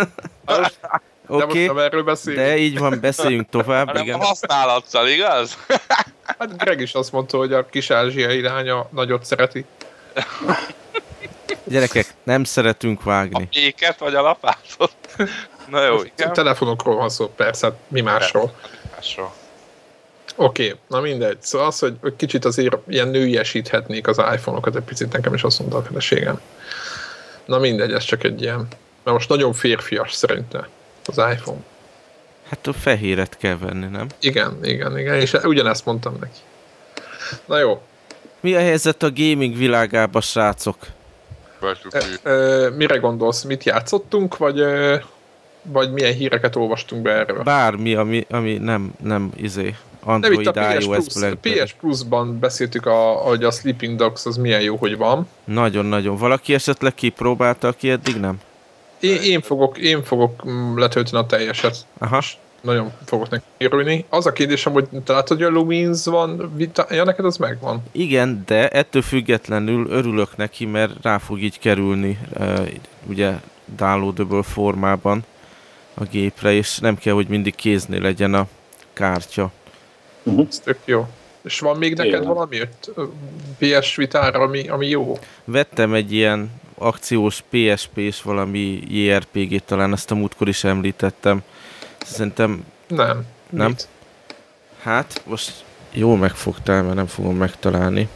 Oké, okay, de így van, beszéljünk tovább. Hanem igen. a használattal, igaz? Hát Greg is azt mondta, hogy a kis ázsiai lánya nagyot szereti. Gyerekek, nem szeretünk vágni. A péket vagy a lapátot? Na jó, igen. Telefonokról van szó, persze, mi másról. Másról. Oké, okay, na mindegy. Szóval az, hogy kicsit azért ilyen nőiesíthetnék az iPhone-okat, egy picit nekem is azt mondta a feleségem. Na mindegy, ez csak egy ilyen... Mert most nagyon férfias szerintem az iPhone. Hát a fehéret kell venni, nem? Igen, igen, igen, és ugyanezt mondtam neki. Na jó. Mi a helyzet a gaming világában, srácok? E, e, mire gondolsz? Mit játszottunk, vagy, e, vagy milyen híreket olvastunk be erről? Bármi, ami, ami nem, nem izé, Android, iOS, Blackberry. pé es Plus-ban beszéltük, a, hogy a Sleeping Dogs az milyen jó, hogy van. Nagyon-nagyon. Valaki esetleg kipróbálta, aki eddig nem? Én, én, fogok, én fogok letölteni a teljeset. Aha. Nagyon fogok neki írni. Az a kérdésem, hogy te látod, hogy a Lumines van, ja, neked az megvan. Igen, de ettől függetlenül örülök neki, mert rá fog így kerülni uh, ugye downloadable formában a gépre, és nem kell, hogy mindig kéznél legyen a kártya. Uh-huh. Ez tök jó. És van még neked Igen. valami pé es Vitára, ami, ami jó? Vettem egy ilyen akciós pé es pés valami jé er pé gét, talán ezt a múltkor is említettem. Szerintem... Nem. Nem? Mit? Hát, most jól megfogtál, mert nem fogom megtalálni.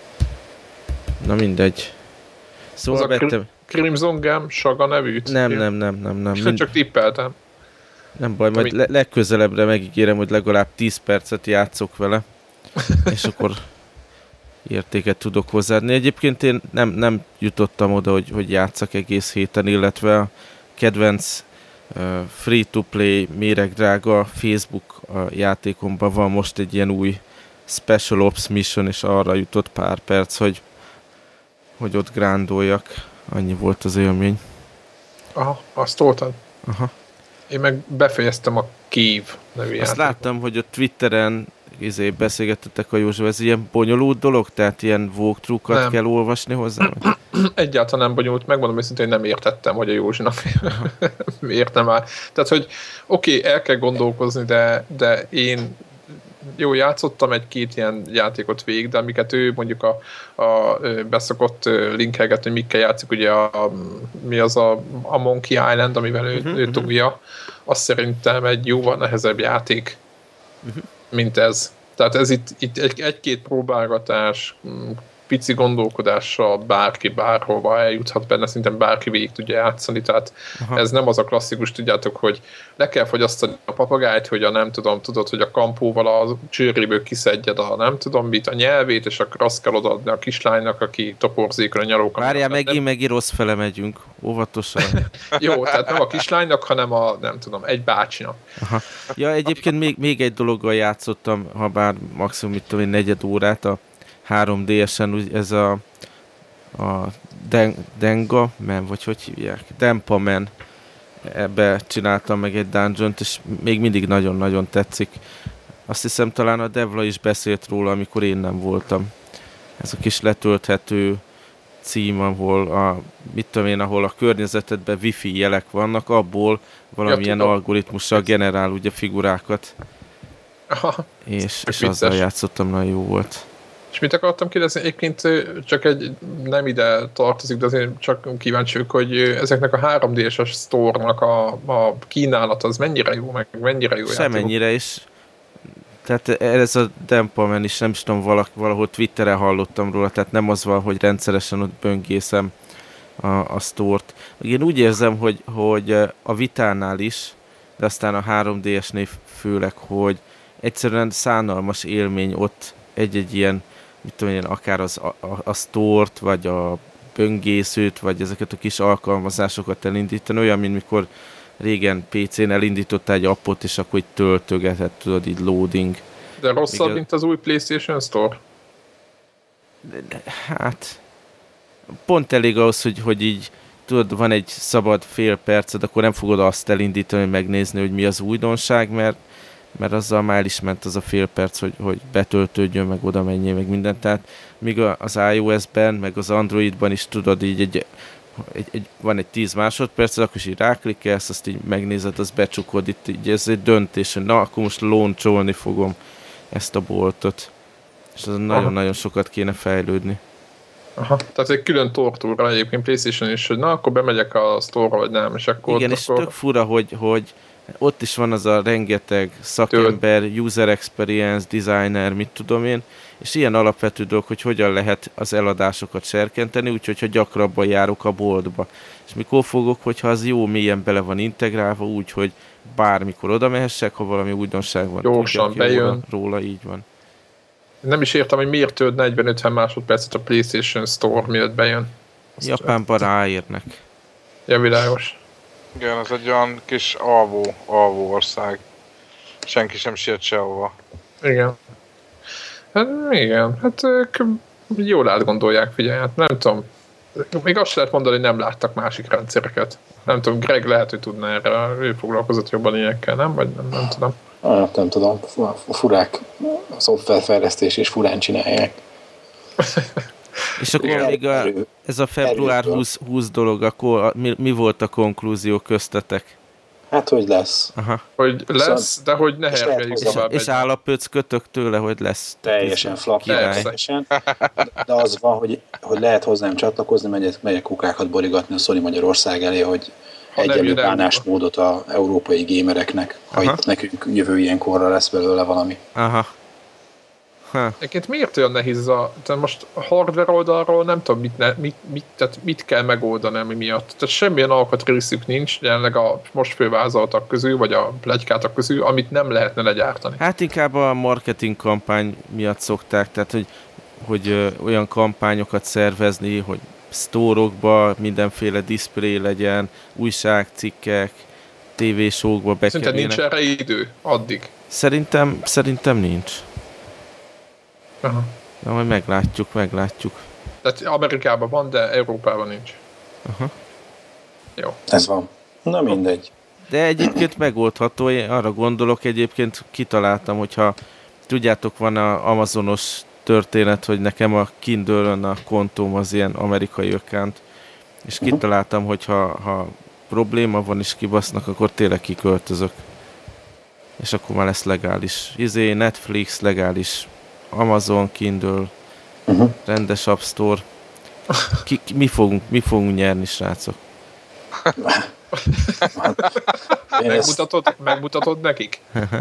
Na mindegy. Szóval az vettem... a Crimson Gem Saga nevűt? Nem, nem, nem, nem, nem. Mind... Csak tippeltem. Nem baj, majd le- legközelebbre megígérem, hogy legalább tíz percet játszok vele. És akkor értéket tudok hozzáadni. Egyébként én nem, nem jutottam oda, hogy, hogy játszak egész héten, illetve a kedvenc uh, free-to-play méregdrága Facebook uh, játékomban van most egy ilyen új Special Ops Mission, és arra jutott pár perc, hogy, hogy ott grándoljak. Annyi volt az élmény. Aha, azt toltad? Aha. Én meg befejeztem a Cave nevű játékot. Azt láttam, hogy a Twitteren izé, beszélgettetek a József, ez ilyen bonyolult dolog? Tehát ilyen walkthrough-kat kell olvasni hozzá? Egyáltalán nem bonyolult, megmondom őszintén, hogy nem értettem, hogy a Józsinak miért nem áll. Tehát, hogy oké, okay, el kell gondolkozni, de, de én jó, játszottam egy-két ilyen játékot végig, de amiket ő mondjuk a, a beszokott linkelgetni, hogy mikkel játszik, ugye a, a, mi az a, a Monkey Island, amivel ő, uh-huh, ő tudja, az szerintem egy jóval nehezebb játék, uh-huh. mint ez. Tehát ez itt, itt egy, egy-két próbálgatás, pici gondolkodással bárki bárhova eljuthat benne, szerintem bárki végig tudja játszani, tehát aha. Ez nem az a klasszikus, tudjátok, hogy le kell fogyasztani a papagájt, hogy a nem tudom, tudod, hogy a kampóval a csőréből kiszedjed a nem tudom mit, a nyelvét, és akkor azt kell odaadni a kislánynak, aki toporzékon a nyalókan. Várjál, megint nem... megint rossz fele megyünk, óvatosan. Jó, tehát nem a kislánynak, hanem a nem tudom, egy bácsinak. Aha. Ja, egyébként még, még egy dologgal játszottam, ha bár maximum itt tudom, egy negyed órát, a három dé esen, ez a, a Den- Denga Man, vagy hogy hívják? Dempa Man. Ebbe csináltam meg egy dungeont, és még mindig nagyon-nagyon tetszik. Azt hiszem talán a Devla is beszélt róla, amikor én nem voltam. Ez a kis letölthető cím, ahol a, mit tudom én, ahol a környezetedben wifi jelek vannak, abból valamilyen ja, algoritmussal generál ugye figurákat. Aha. És, és azzal játszottam, nagyon jó volt. És mit akartam kérdezni? Egyébként csak egy, nem ide tartozik, de azért csak kíváncsi vagyok, hogy ezeknek a három dé-es store-nak a, a kínálat az mennyire jó, meg mennyire jó játék. Semennyire is. Tehát ez a Dempaman is, nem is tudom, valahol Twitteren hallottam róla, tehát nem az van, hogy rendszeresen ott böngészem a, a sztort. Én úgy érzem, hogy, hogy a Vitánál is, de aztán a három dé-esnél főleg, hogy egyszerűen szánalmas élmény ott egy-egy ilyen, mit tudom én, akár az, a, a, a sztort, vagy a böngészőt, vagy ezeket a kis alkalmazásokat elindítani, olyan, mint mikor régen pé cén elindítottál egy appot, és akkor így töltögetett, tudod, így loading. De rosszabb, mint az új PlayStation Store? Hát, pont elég ahhoz, hogy, hogy így, tudod, van egy szabad fél perced, akkor nem fogod azt elindítani, megnézni, hogy mi az újdonság, mert, mert azzal már el is ment az a fél perc, hogy, hogy betöltődjön, meg oda menjél, meg mindent. Tehát míg az iOS-ben, meg az Androidban is tudod, így egy Egy, egy, van egy tíz másodperc, akkor is így ráklikkelsz, azt így megnézed, azt becsukod, itt így ez egy döntés, hogy na, akkor most launcholni fogom ezt a boltot. És azon nagyon-nagyon sokat kéne fejlődni. Aha, tehát egy külön tortúra egyébként PlayStation is, hogy na, akkor bemegyek a store-ra, vagy nem, és akkor... Igen, akkor... és tök fura, hogy, hogy ott is van az a rengeteg szakember, Tőle. user experience, designer, mit tudom én, és ilyen alapvető dolog, hogy hogyan lehet az eladásokat serkenteni, úgyhogy ha gyakrabban járok a boltba. És mikor fogok, hogyha az jó mélyen bele van integrálva, úgy, hogy bármikor oda mehessek, ha valami újdonság van. Gyorsan bejön. Róla, így van. Nem is értem, hogy miért tölt negyven-ötven másodpercet a PlayStation Store, miatt bejön. Azt Japánban ráérnek. Ja, világos. Igen, ez egy olyan kis alvó, alvó ország. Senki sem siet sehova. Igen. Hát igen, hát ők jól átgondolják, figyelj, hát nem tudom. Még azt lehet mondani, hogy nem láttak másik rendszereket. Nem tudom, Greg lehet, hogy tudna erre, ő foglalkozott jobban ilyenekkel, nem? Vagy nem, nem tudom. Ah, nem tudom, furák, a szoftverfejlesztés is furán csinálják. És akkor igen, még a, ez a február húsz dolog, akkor mi, mi volt a konklúzió köztetek? Hát, hogy lesz. Aha. Hogy lesz, szóval, de hogy ne hergeljük tovább. És állapöckötök tőle, hogy lesz. Teljesen flap, teljesen. De az van, hogy, hogy lehet hozzám csatlakozni, megyek, megyek kukákat borigatni a Sony Magyarország elé, hogy egyenlő bánásmódot az európai gamereknek, ha Aha. itt nekünk jövő ilyenkorra lesz belőle valami. Aha. Egyébként miért olyan nehéz a... Tehát most a hardware oldalról nem tudom, mit, ne, mit, mit, tehát mit kell megoldani, ami miatt. Tehát semmilyen alkatrészük nincs, jelenleg a most fővázoltak közül, vagy a pletykátak közül, amit nem lehetne legyártani. Hát inkább a marketing kampány miatt szokták, tehát hogy, hogy ö, olyan kampányokat szervezni, hogy sztórokba mindenféle diszplay legyen, újságcikkek, tévésókba bekerüljenek. Szerinted nincs erre idő addig? Szerintem, szerintem nincs. Aha. Na, majd meglátjuk, meglátjuk. Tehát Amerikában van, de Európában nincs. Aha. Jó. Ez van. Na mindegy. De egyébként megoldható, én arra gondolok, egyébként kitaláltam, hogyha tudjátok, van a Amazonos történet, hogy nekem a Kindle-ön a kontóm az ilyen amerikai account, és kitaláltam, hogyha ha probléma van és kibasznak, akkor tényleg kiköltözök. És akkor már lesz legális. Izé, Netflix, legális Amazon, Kindle, uh-huh. rendes App Store. Ki, ki, mi, fogunk, mi fogunk nyerni, srácok? megmutatod, megmutatod nekik?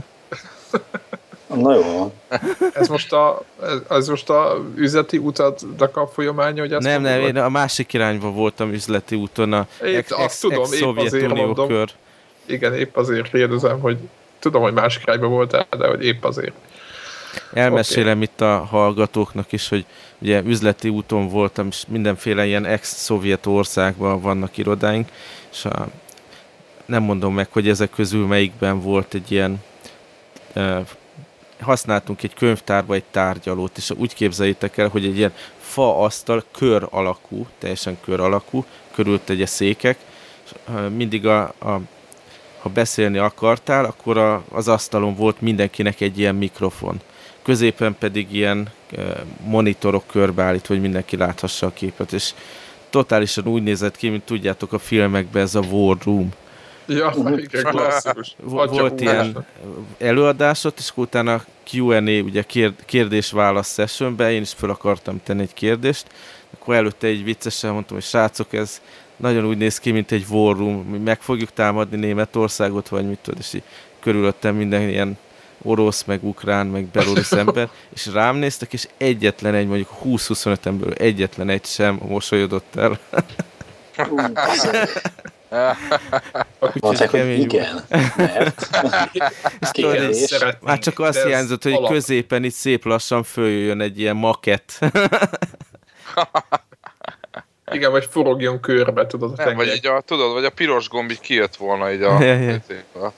Na jó. Ez most a, ez, ez most a üzleti utadnak a folyamánya, hogy ezt Nem, mondod, nem, én a másik irányba voltam üzleti úton, a ex, ex, Szovjetunió kör. Igen, épp azért kérdezem, hogy tudom, hogy másik irányba voltál, de hogy épp azért. Elmesélem okay. itt a hallgatóknak is, hogy ugye üzleti úton voltam, és mindenféle ilyen ex-szovjet országban vannak irodáink, és a, nem mondom meg, hogy ezek közül melyikben volt egy ilyen e, használtunk egy könyvtárba egy tárgyalót, és úgy képzeljétek el, hogy egy ilyen fa asztal kör alakú, teljesen kör alakú, körültegye székek, és mindig a, a ha beszélni akartál, akkor a, az asztalon volt mindenkinek egy ilyen mikrofon. Középen pedig ilyen e, monitorok körbeállít, hogy mindenki láthassa a képet, és totálisan úgy nézett ki, mint tudjátok a filmekben ez a War Room. Ja, igen, klasszikus. Volt ilyen előadásot, és utána Q and A, ugye kérdés-válasz sessionben, én is fel akartam tenni egy kérdést, akkor előtte egy viccesen mondtam, hogy srácok, ez nagyon úgy néz ki, mint egy War Room, mi meg fogjuk támadni Németországot, vagy mit tudod, és így körülöttem minden ilyen orosz, meg ukrán, meg belorusz ember, és rám néztek, és egyetlen egy, mondjuk húsz-huszonöt emberből egyetlen egy sem mosolyodott el. Mondták, hogy igen, mert kérdés. Már csak azt hiányzott, hogy alap. Középen itt szép lassan följöjjön egy ilyen makett. Igen, vagy forogjon körbe, tudod. A nem, vagy, így a, tudod, vagy a piros gomb így kijött volna így a... Ja, ja.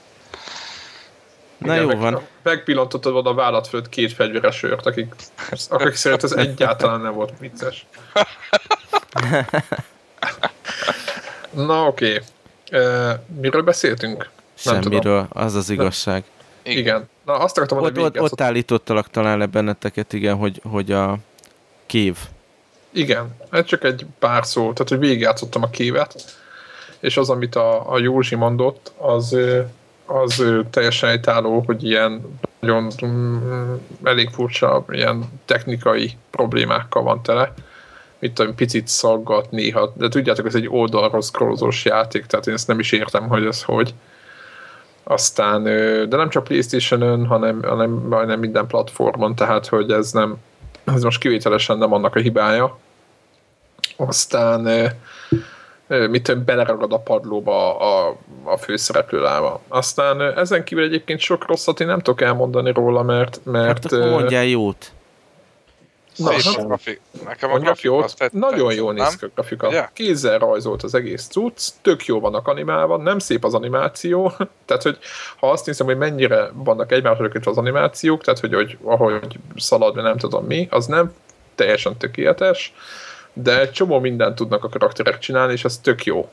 Na igen, jó meg, van. Megpillantottad volna a vállat fölött két fegyveres sört, akik, akik szerint ez egyáltalán nem volt vicces. Na oké. Okay. Uh, miről beszéltünk? Semmiről, az az igazság. Igen. igen. Na azt akartam mondani, ott, ott, ott állítottalak talán le benneteket, igen, hogy, hogy a Kév. Igen, ez csak egy pár szó, tehát hogy végigjátszottam a Kévet, és az, amit a, a Józsi mondott, az, az teljesen egytálló, hogy ilyen nagyon mm, elég furcsa, ilyen technikai problémákkal van tele. Mit tudom, picit szaggat néha, de tudjátok, ez egy oldalról scrollozós játék, tehát én ezt nem is értem, hogy ez hogy. Aztán, de nem csak PlayStation-ön, hanem, hanem majdnem minden platformon, tehát hogy ez nem, ez most kivételesen nem annak a hibája. Aztán mit tudom, beleragad a padlóba a, a főszereplő lába. Aztán ezen kívül egyébként sok rosszat én nem tudok elmondani róla, mert... mert hát akkor mondjál jót. Na, hát, grafik. Nekem a grafika jót, tett, nagyon jól néz ki a grafika. Yeah. Kézzel rajzolt az egész cucc, tök jó vannak animálva, nem szép az animáció, tehát hogy ha azt hiszem, hogy mennyire vannak egymásra kötve az animációk, tehát hogy, hogy ahogy szalad, nem tudom mi, az nem teljesen tökéletes, de egy csomó mindent tudnak a karakterek csinálni, és ez tök jó.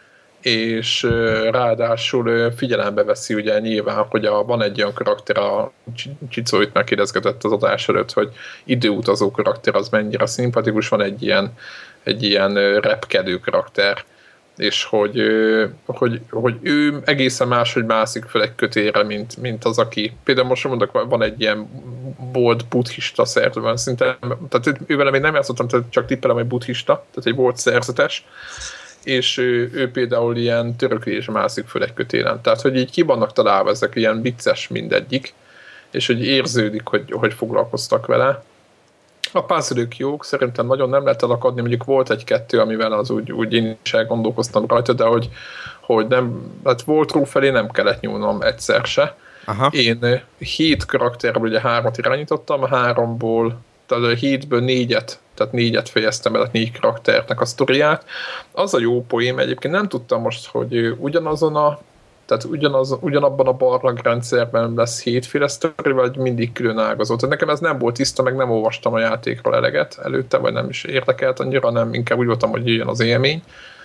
És uh, ráadásul uh, figyelembe veszi ugye nyilván, hogy a, van egy olyan karakter, a Csicó itt megkérdezgetett az adás előtt, hogy időutazó karakter az mennyire szimpatikus, van egy ilyen, egy ilyen uh, repkedő karakter, és hogy, uh, hogy, hogy ő egészen máshogy mászik fel egy kötére, mint, mint az, aki, például most mondok, van egy ilyen volt buddhista szerzetben, szinte, tehát ővel még nem játszottam, tehát csak tippelem, hogy buddhista, tehát egy volt szerzetes, és ő, ő például ilyen töröklés mászik föl egy kötélen. Tehát, hogy így ki vannak találva ezek ilyen vicces mindegyik, és hogy érződik, hogy, hogy foglalkoztak vele. A puzzle-ök jók, szerintem nagyon nem lehet elakadni, mondjuk volt egy-kettő, amivel az úgy, úgy én is elgondolkoztam rajta, de hogy, hogy nem, hát volt ró felé nem kellett nyúlnom egyszer se. Aha. Én hét karakterből ugye hármat irányítottam, a háromból, tehát a hétből négyet, tehát négyet fejeztem el, a négy karakternek a sztoriát. Az a jó poém, egyébként nem tudtam most, hogy ugyanazon a, tehát ugyanaz, ugyanabban a barlangrendszerben lesz hétféle sztori, vagy mindig külön ágazó. Tehát nekem ez nem volt tiszta, meg nem olvastam a játékról eleget előtte, vagy nem is érdekelt annyira, nem, inkább úgy voltam, hogy jöjjön az élmény.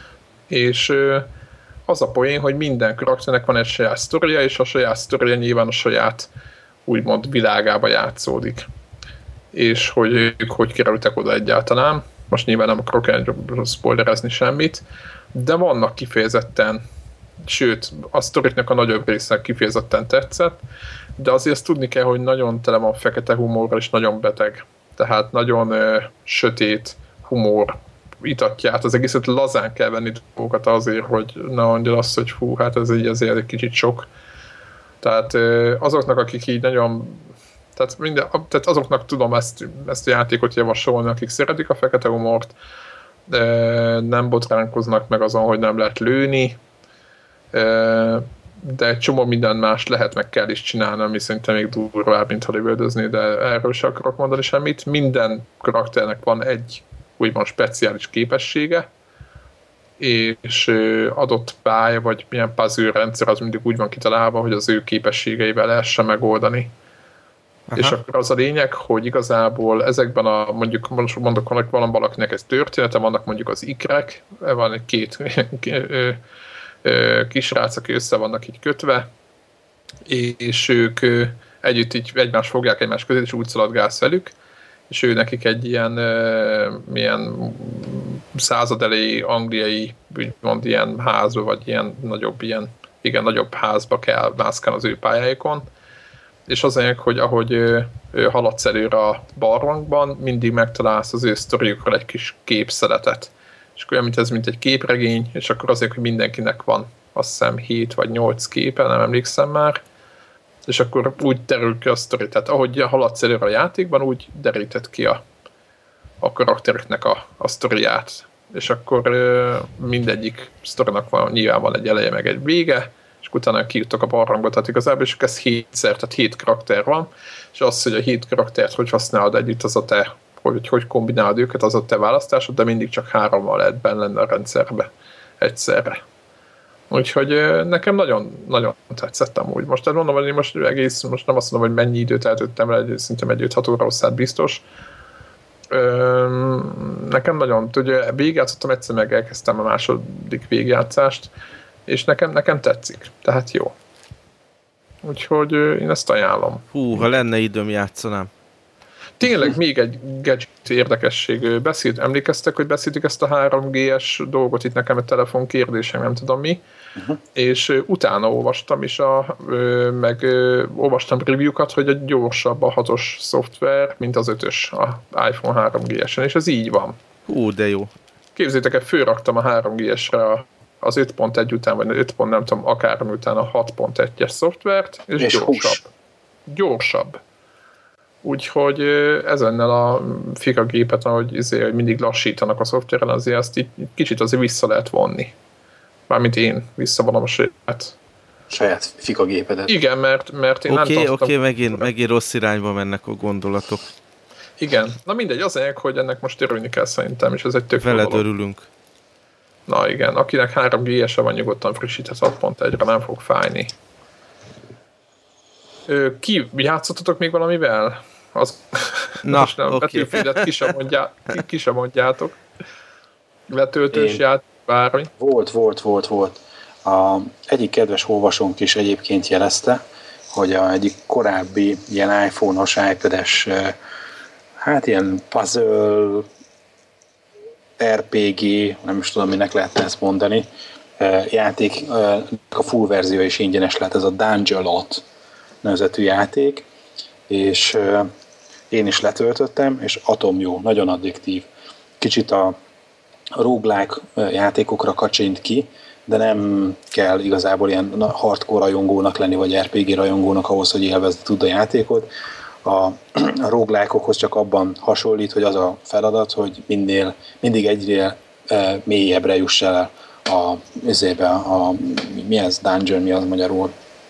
És az a poén, hogy minden karakternek van egy saját sztoria, és a saját sztoria nyilván a saját úgymond világába játszódik. És hogy ők hogy kerültek oda egyáltalán. Most nyilván nem akarok spoilerezni semmit, de vannak kifejezetten, sőt, a sztoriknak a nagyobb része kifejezetten tetszett, de azért ezt tudni kell, hogy nagyon tele van fekete humorral, és nagyon beteg. Tehát nagyon ö, sötét humor itatja át az egészet, lazán kell venni dolgokat azért, hogy ne mondja azt, hogy hú, hát ez így azért egy kicsit sok. Tehát ö, azoknak, akik így nagyon Tehát, minden, tehát azoknak tudom ezt, ezt a játékot javasolni, akik szeretik a fekete humort, de nem botránkoznak meg azon, hogy nem lehet lőni, de egy csomó minden más lehet, meg kell is csinálni, ami szerintem még durvább, mint Hollywoodözni, de erről sem akarok mondani semmit. Minden karakternek van egy úgymond speciális képessége, és adott pálya, vagy milyen puzzle rendszer az mindig úgy van kitalálva, hogy az ő képességeivel lehessen megoldani. Aha. És akkor az a lényeg, hogy igazából ezekben a, mondjuk mondok, hogy van valakinek ez története, vannak mondjuk az ikrek, van egy két kisrác, aki össze vannak így kötve, és ők együtt így egymást fogják egymás közé, és úgy szaladgálsz velük, és ő nekik egy ilyen milyen század elejé angliai, úgymond ilyen házba, vagy ilyen nagyobb, ilyen, igen, nagyobb házba kell mászkálni az ő pályáikon, és az anyag, hogy ahogy ő, ő haladsz előre a barlangban, mindig megtalálsz az ő sztoriukról egy kis képszeletet. És olyan, mint ez, mint egy képregény, és akkor azért, hogy mindenkinek van, azt hiszem, hét vagy nyolc képe, nem emlékszem már, és akkor úgy derül ki a sztori. Tehát ahogy haladsz előre a játékban, úgy derített ki a, a karaktereknek a, a sztoriát. És akkor ö, mindegyik sztorinak van, nyilván van egy eleje, meg egy vége, és utána kijutok a barlangba, tehát igazából, és ez hétszer, tehát hét karakter van, és az, hogy a hét karaktert hogy használod együtt, az a te, hogy hogy kombinálod őket, az a te választásod, de mindig csak hárommal lehet benne lenni a rendszerbe egyszerre. Úgyhogy nekem nagyon, nagyon tetszett amúgy. Most tehát mondom, hogy én most egész, most nem azt mondom, hogy mennyi időt eltöltöttem el, szerintem egy öt-hat óra hosszát biztos. Öm, nekem nagyon, ugye végigjátszottam, egyszer meg elkezdtem a második végigjátszást, és nekem, nekem tetszik, tehát jó. Úgyhogy én ezt ajánlom. Hú, ha lenne időm, játszanám. Tényleg még egy gadget érdekesség. Beszélt, emlékeztek, hogy beszéltük ezt a három G-es dolgot, itt nekem egy telefon kérdésem, nem tudom mi, uh-huh. és utána olvastam is, a, meg olvastam review-kat, hogy a gyorsabb a hatos szoftver, mint az ötös a iPhone három G-esen, és ez így van. Hú, de jó. Képzeljétek el, fölraktam a három G-esre az öt pont egy után, vagy öt pont nem tudom, akármi után a hat pont egyes szoftvert, és, és gyorsabb. Hús. Gyorsabb. Úgyhogy ezennel a fika gépet, ahogy, azért, hogy mindig lassítanak a szoftveren, azért azt így kicsit azért vissza lehet vonni. Mármint én visszavonom a saját. Saját fika gépedet. Igen, mert, mert én okay, nem tartottam. Oké, okay, megint, megint rossz irányba mennek a gondolatok. Igen. Na mindegy, az egyik, hogy ennek most örülni kell szerintem, és ez egy tök veled dolog. Örülünk. Na igen, akinek három G-ese van, nyugodtan frissíthet hat pont egyre, nem fog fájni. Ki játszottatok még valamivel? Az, na, most nem, okay. Betűfidet ki sem, mondjá, ki, ki sem mondjátok. Letöltős játék, bármi. Volt, volt, volt, volt. A egyik kedves olvasónk is egyébként jelezte, hogy a egyik korábbi ilyen iPhone-os, iPad-es, hát ilyen puzzle, er pé gé, nem is tudom, minek lehetne ezt mondani, játék, a full verzió is ingyenes lehet, ez a Dungeon-Lot nevezetű játék, és én is letöltöttem, és atom jó, nagyon addiktív. Kicsit a roguelike játékokra kacsint ki, de nem kell igazából ilyen hardcore rajongónak lenni, vagy er pé gé rajongónak ahhoz, hogy élvezni tud a játékot. A, a roguelike-okhoz csak abban hasonlít, hogy az a feladat, hogy minél, mindig egyre e, mélyebbre juss el a, a, a, mi ez, dungeon, mi az magyarul?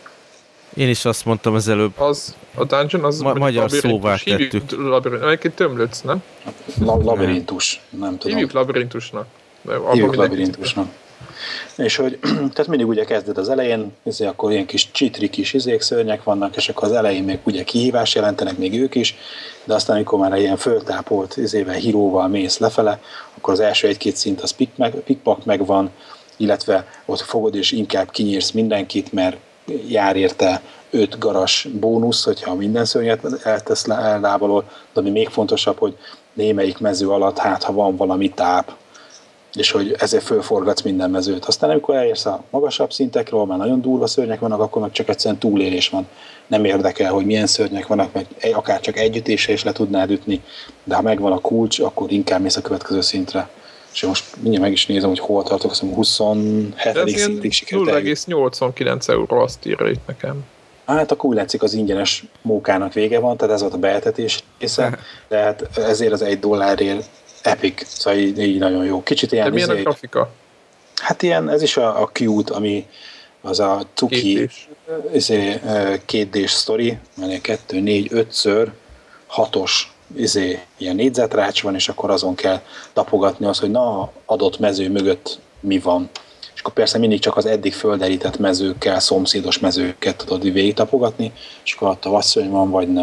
Én is azt mondtam az előbb. Az, a dungeon, az Ma- magyar szóvá tettük. Egyébként tömlöc, nem? La- labirintus, nem tudom. Hívjuk labirintusnak. Hívjuk labirintusnak. És hogy, tehát mindig ugye kezded az elején, ezért akkor ilyen kis csitrik kis izék, szörnyek vannak, és akkor az elején még ugye kihívás jelentenek még ők is, de aztán, amikor már ilyen föltápolt izével, híróval mész lefele, akkor az első egy-két szint az pikpak megvan, illetve ott fogod és inkább kinyírsz mindenkit, mert jár érte öt garas bónusz, hogyha minden szörnyet eltesz lábalól, de ami még fontosabb, hogy némelyik mező alatt, hát ha van valami táp, és hogy ezért fölforgatsz minden mezőt. Aztán amikor elérsz a magasabb szintekről, már nagyon durva szörnyek vannak, akkor meg csak egyszerűen túlélés van. Nem érdekel, hogy milyen szörnyek vannak, meg akár csak együttésre is le tudnád ütni, de ha megvan a kulcs, akkor inkább mész a következő szintre. És most mindjárt meg is nézem, hogy hol tartok, azt mondom, huszonhetedik szintig sikerült nulla egész nyolcvankilenc euró azt írja itt nekem. Hát akkor úgy látszik, az ingyenes mókának vége van, tehát ez volt a beeltetés része, de hát ezért az egy dollárért epic, szóval így, így nagyon jó. Kicsit ilyen... De milyen a grafika? Hát ilyen, ez is a, a cute, ami az a cuki izé, kétdés sztori, mert kettő, négy, ötször hatos izé, ilyen négyzetrács van, és akkor azon kell tapogatni az, hogy na, adott mező mögött mi van. És akkor persze mindig csak az eddig földerített mezőkkel, szomszédos mezőket tudod végig tapogatni, és akkor ott a vasszony van, vagy nem.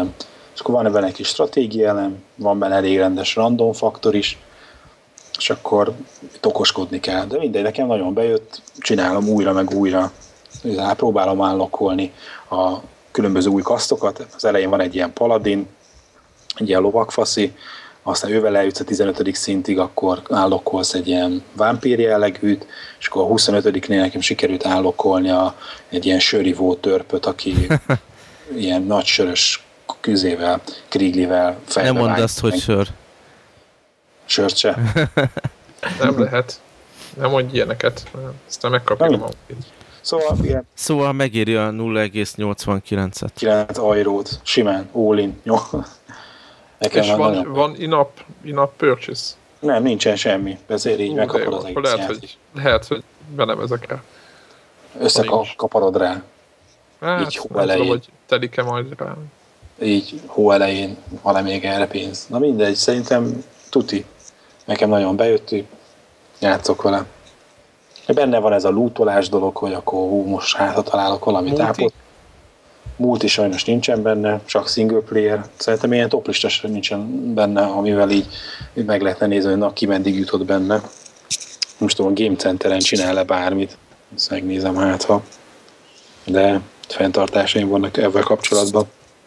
és akkor van ebben egy kis stratégia elem, van benne elég rendes random faktor is, és akkor itt okoskodni kell. De mindegy, nekem nagyon bejött, csinálom újra meg újra, próbálom állokkolni a különböző új kasztokat. Az elején van egy ilyen paladin, egy ilyen lovagfaszi, aztán ővel eljutsz a tizenötödik szintig, akkor állokkolsz egy ilyen vámpír jellegűt, és akkor a huszonötödiknél nekem sikerült állokkolni a, egy ilyen sörivó törpöt, aki ilyen nagy sörös küzével, kriglivel fejbe. Nem mondd azt, hogy sör. Sört se. Nem lehet. Nem mondj ilyeneket. Aztán megkapjuk a magát. Szóval, ilyen... szóval megéri a nulla egész nyolcvankilencet. kilenc ajrót, simán, all-in. És van, nagyon... van in-app, in-app purchase? Nem, nincsen semmi. Ezért így megkapod az egész lehet, hogy, lehet, hogy benevezek el. Összekaparod rá. Hát, így hó elején. Tudom, hogy telik-e majd rá. Így hó elején van-e még erre pénz. Na mindegy, szerintem tuti. Nekem nagyon bejött, játszok vele. Benne van ez a lootolás dolog, hogy akkor hú, most hátra találok valami tápot. Multi sajnos nincsen benne, csak single player. Szerintem ilyen toplista sem nincsen benne, amivel így, így meg lehetne nézni, hogy na, ki meddig jutott benne. Most tudom, a Game Centeren csinál-e bármit. Ezt megnézem hát, ha. De fenntartásaim vannak ebben kapcsolatban.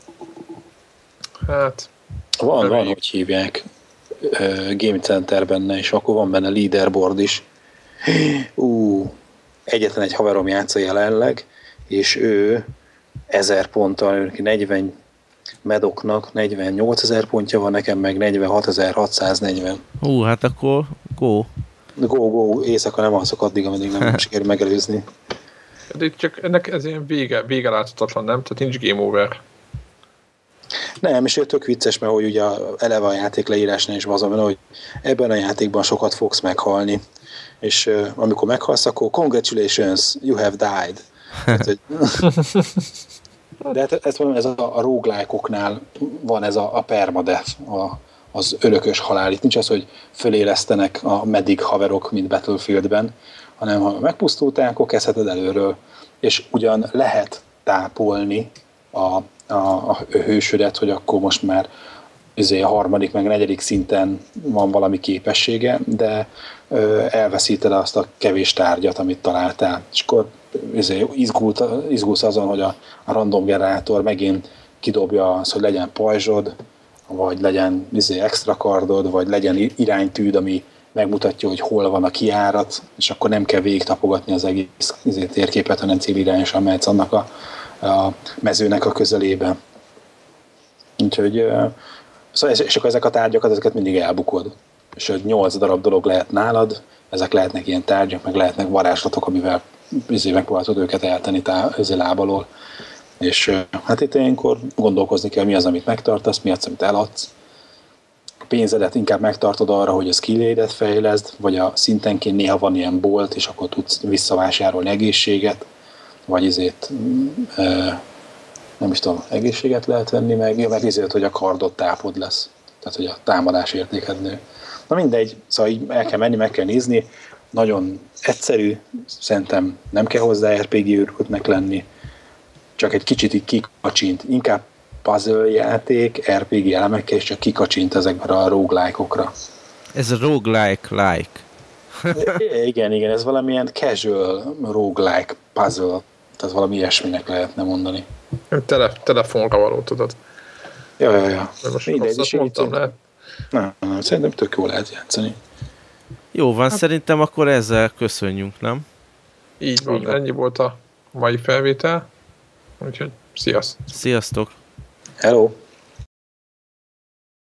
Hát... Van, van, hogy hívják. Game Center benne, és akkor van benne leaderboard is. Ú, egyetlen egy haverom játsza jelenleg, és ő ezer ponttal, negyven medoknak negyvennyolcezer pontja van, nekem meg negyvenhatezer-hatszáznegyven. Hú, hát akkor go. Go, go, éjszaka nem alszok addig, ameddig nem sikerül megelőzni. De csak ennek ez ilyen vége, vége láthatatlan, nem? Tehát nincs game over. Nem, és ő tök vicces, mert hogy ugye eleve a játék leírásnál is van, hogy ebben a játékban sokat fogsz meghalni, és uh, amikor meghalsz, akkor congratulations, you have died. Hát, hogy... De hát ez, ez a, a roguelike-oknál van ez a, a permadeath, a, az örökös halál. Itt nincs az, hogy fölélesztenek a medic haverok, mint Battlefieldben, hanem ha megpusztultál, akkor kezdheted előről. És ugyan lehet tápolni a A, a hősödet, hogy akkor most már izé, a harmadik, meg a negyedik szinten van valami képessége, de ö, elveszíted azt a kevés tárgyat, amit találtál. És akkor izé, izgult, izgulsz azon, hogy a, a random generátor megint kidobja azt, hogy legyen pajzsod, vagy legyen izé, extra kardod, vagy legyen iránytűd, ami megmutatja, hogy hol van a kijárat, és akkor nem kell végig tapogatni az egész izé, térképet, hanem célirányosan mehetsz annak a a mezőnek a közelében. Úgyhogy, és akkor ezek a tárgyakat, ezeket mindig elbukod. És hogy nyolc darab dolog lehet nálad, ezek lehetnek ilyen tárgyak, meg lehetnek varázslatok, amivel megpróbáltod őket eltenni tá- lábalól. És hát itt ilyenkor gondolkozni kell, mi az, amit megtartasz, mi az, amit eladsz. A pénzedet inkább megtartod arra, hogy a skillédet fejleszd, vagy a szintenként néha van ilyen bolt, és akkor tudsz visszavásárolni egészséget, vagy izét, e, nem is tudom, egészséget lehet venni, meg, meg izét, hogy a kardot tápod lesz. Tehát, hogy a támadás értéked nő. Na mindegy, szóval így el kell menni, meg kell nézni. Nagyon egyszerű, szerintem nem kell hozzá er pé gé őrültnek lenni. Csak egy kicsit így kikacsint. Inkább puzzle játék, er pé gé elemekkel, és csak kikacsint ezekben a roguelike-okra. Ez a roguelike-like. Igen, igen, ez valamilyen casual roguelike puzzle. Tehát valami ilyesminek lehetne mondani. Tele, telefonra való, tudod. Ja, ja, ja. Most mindegy, azt mondtam, lehet? Nem, nem, szerintem tök jól lehet játszani. Jó van, hát, szerintem akkor ezzel köszönjünk, nem? Így van, így ennyi volt a mai felvétel. Úgyhogy sziasztok. Sziasztok. Hello.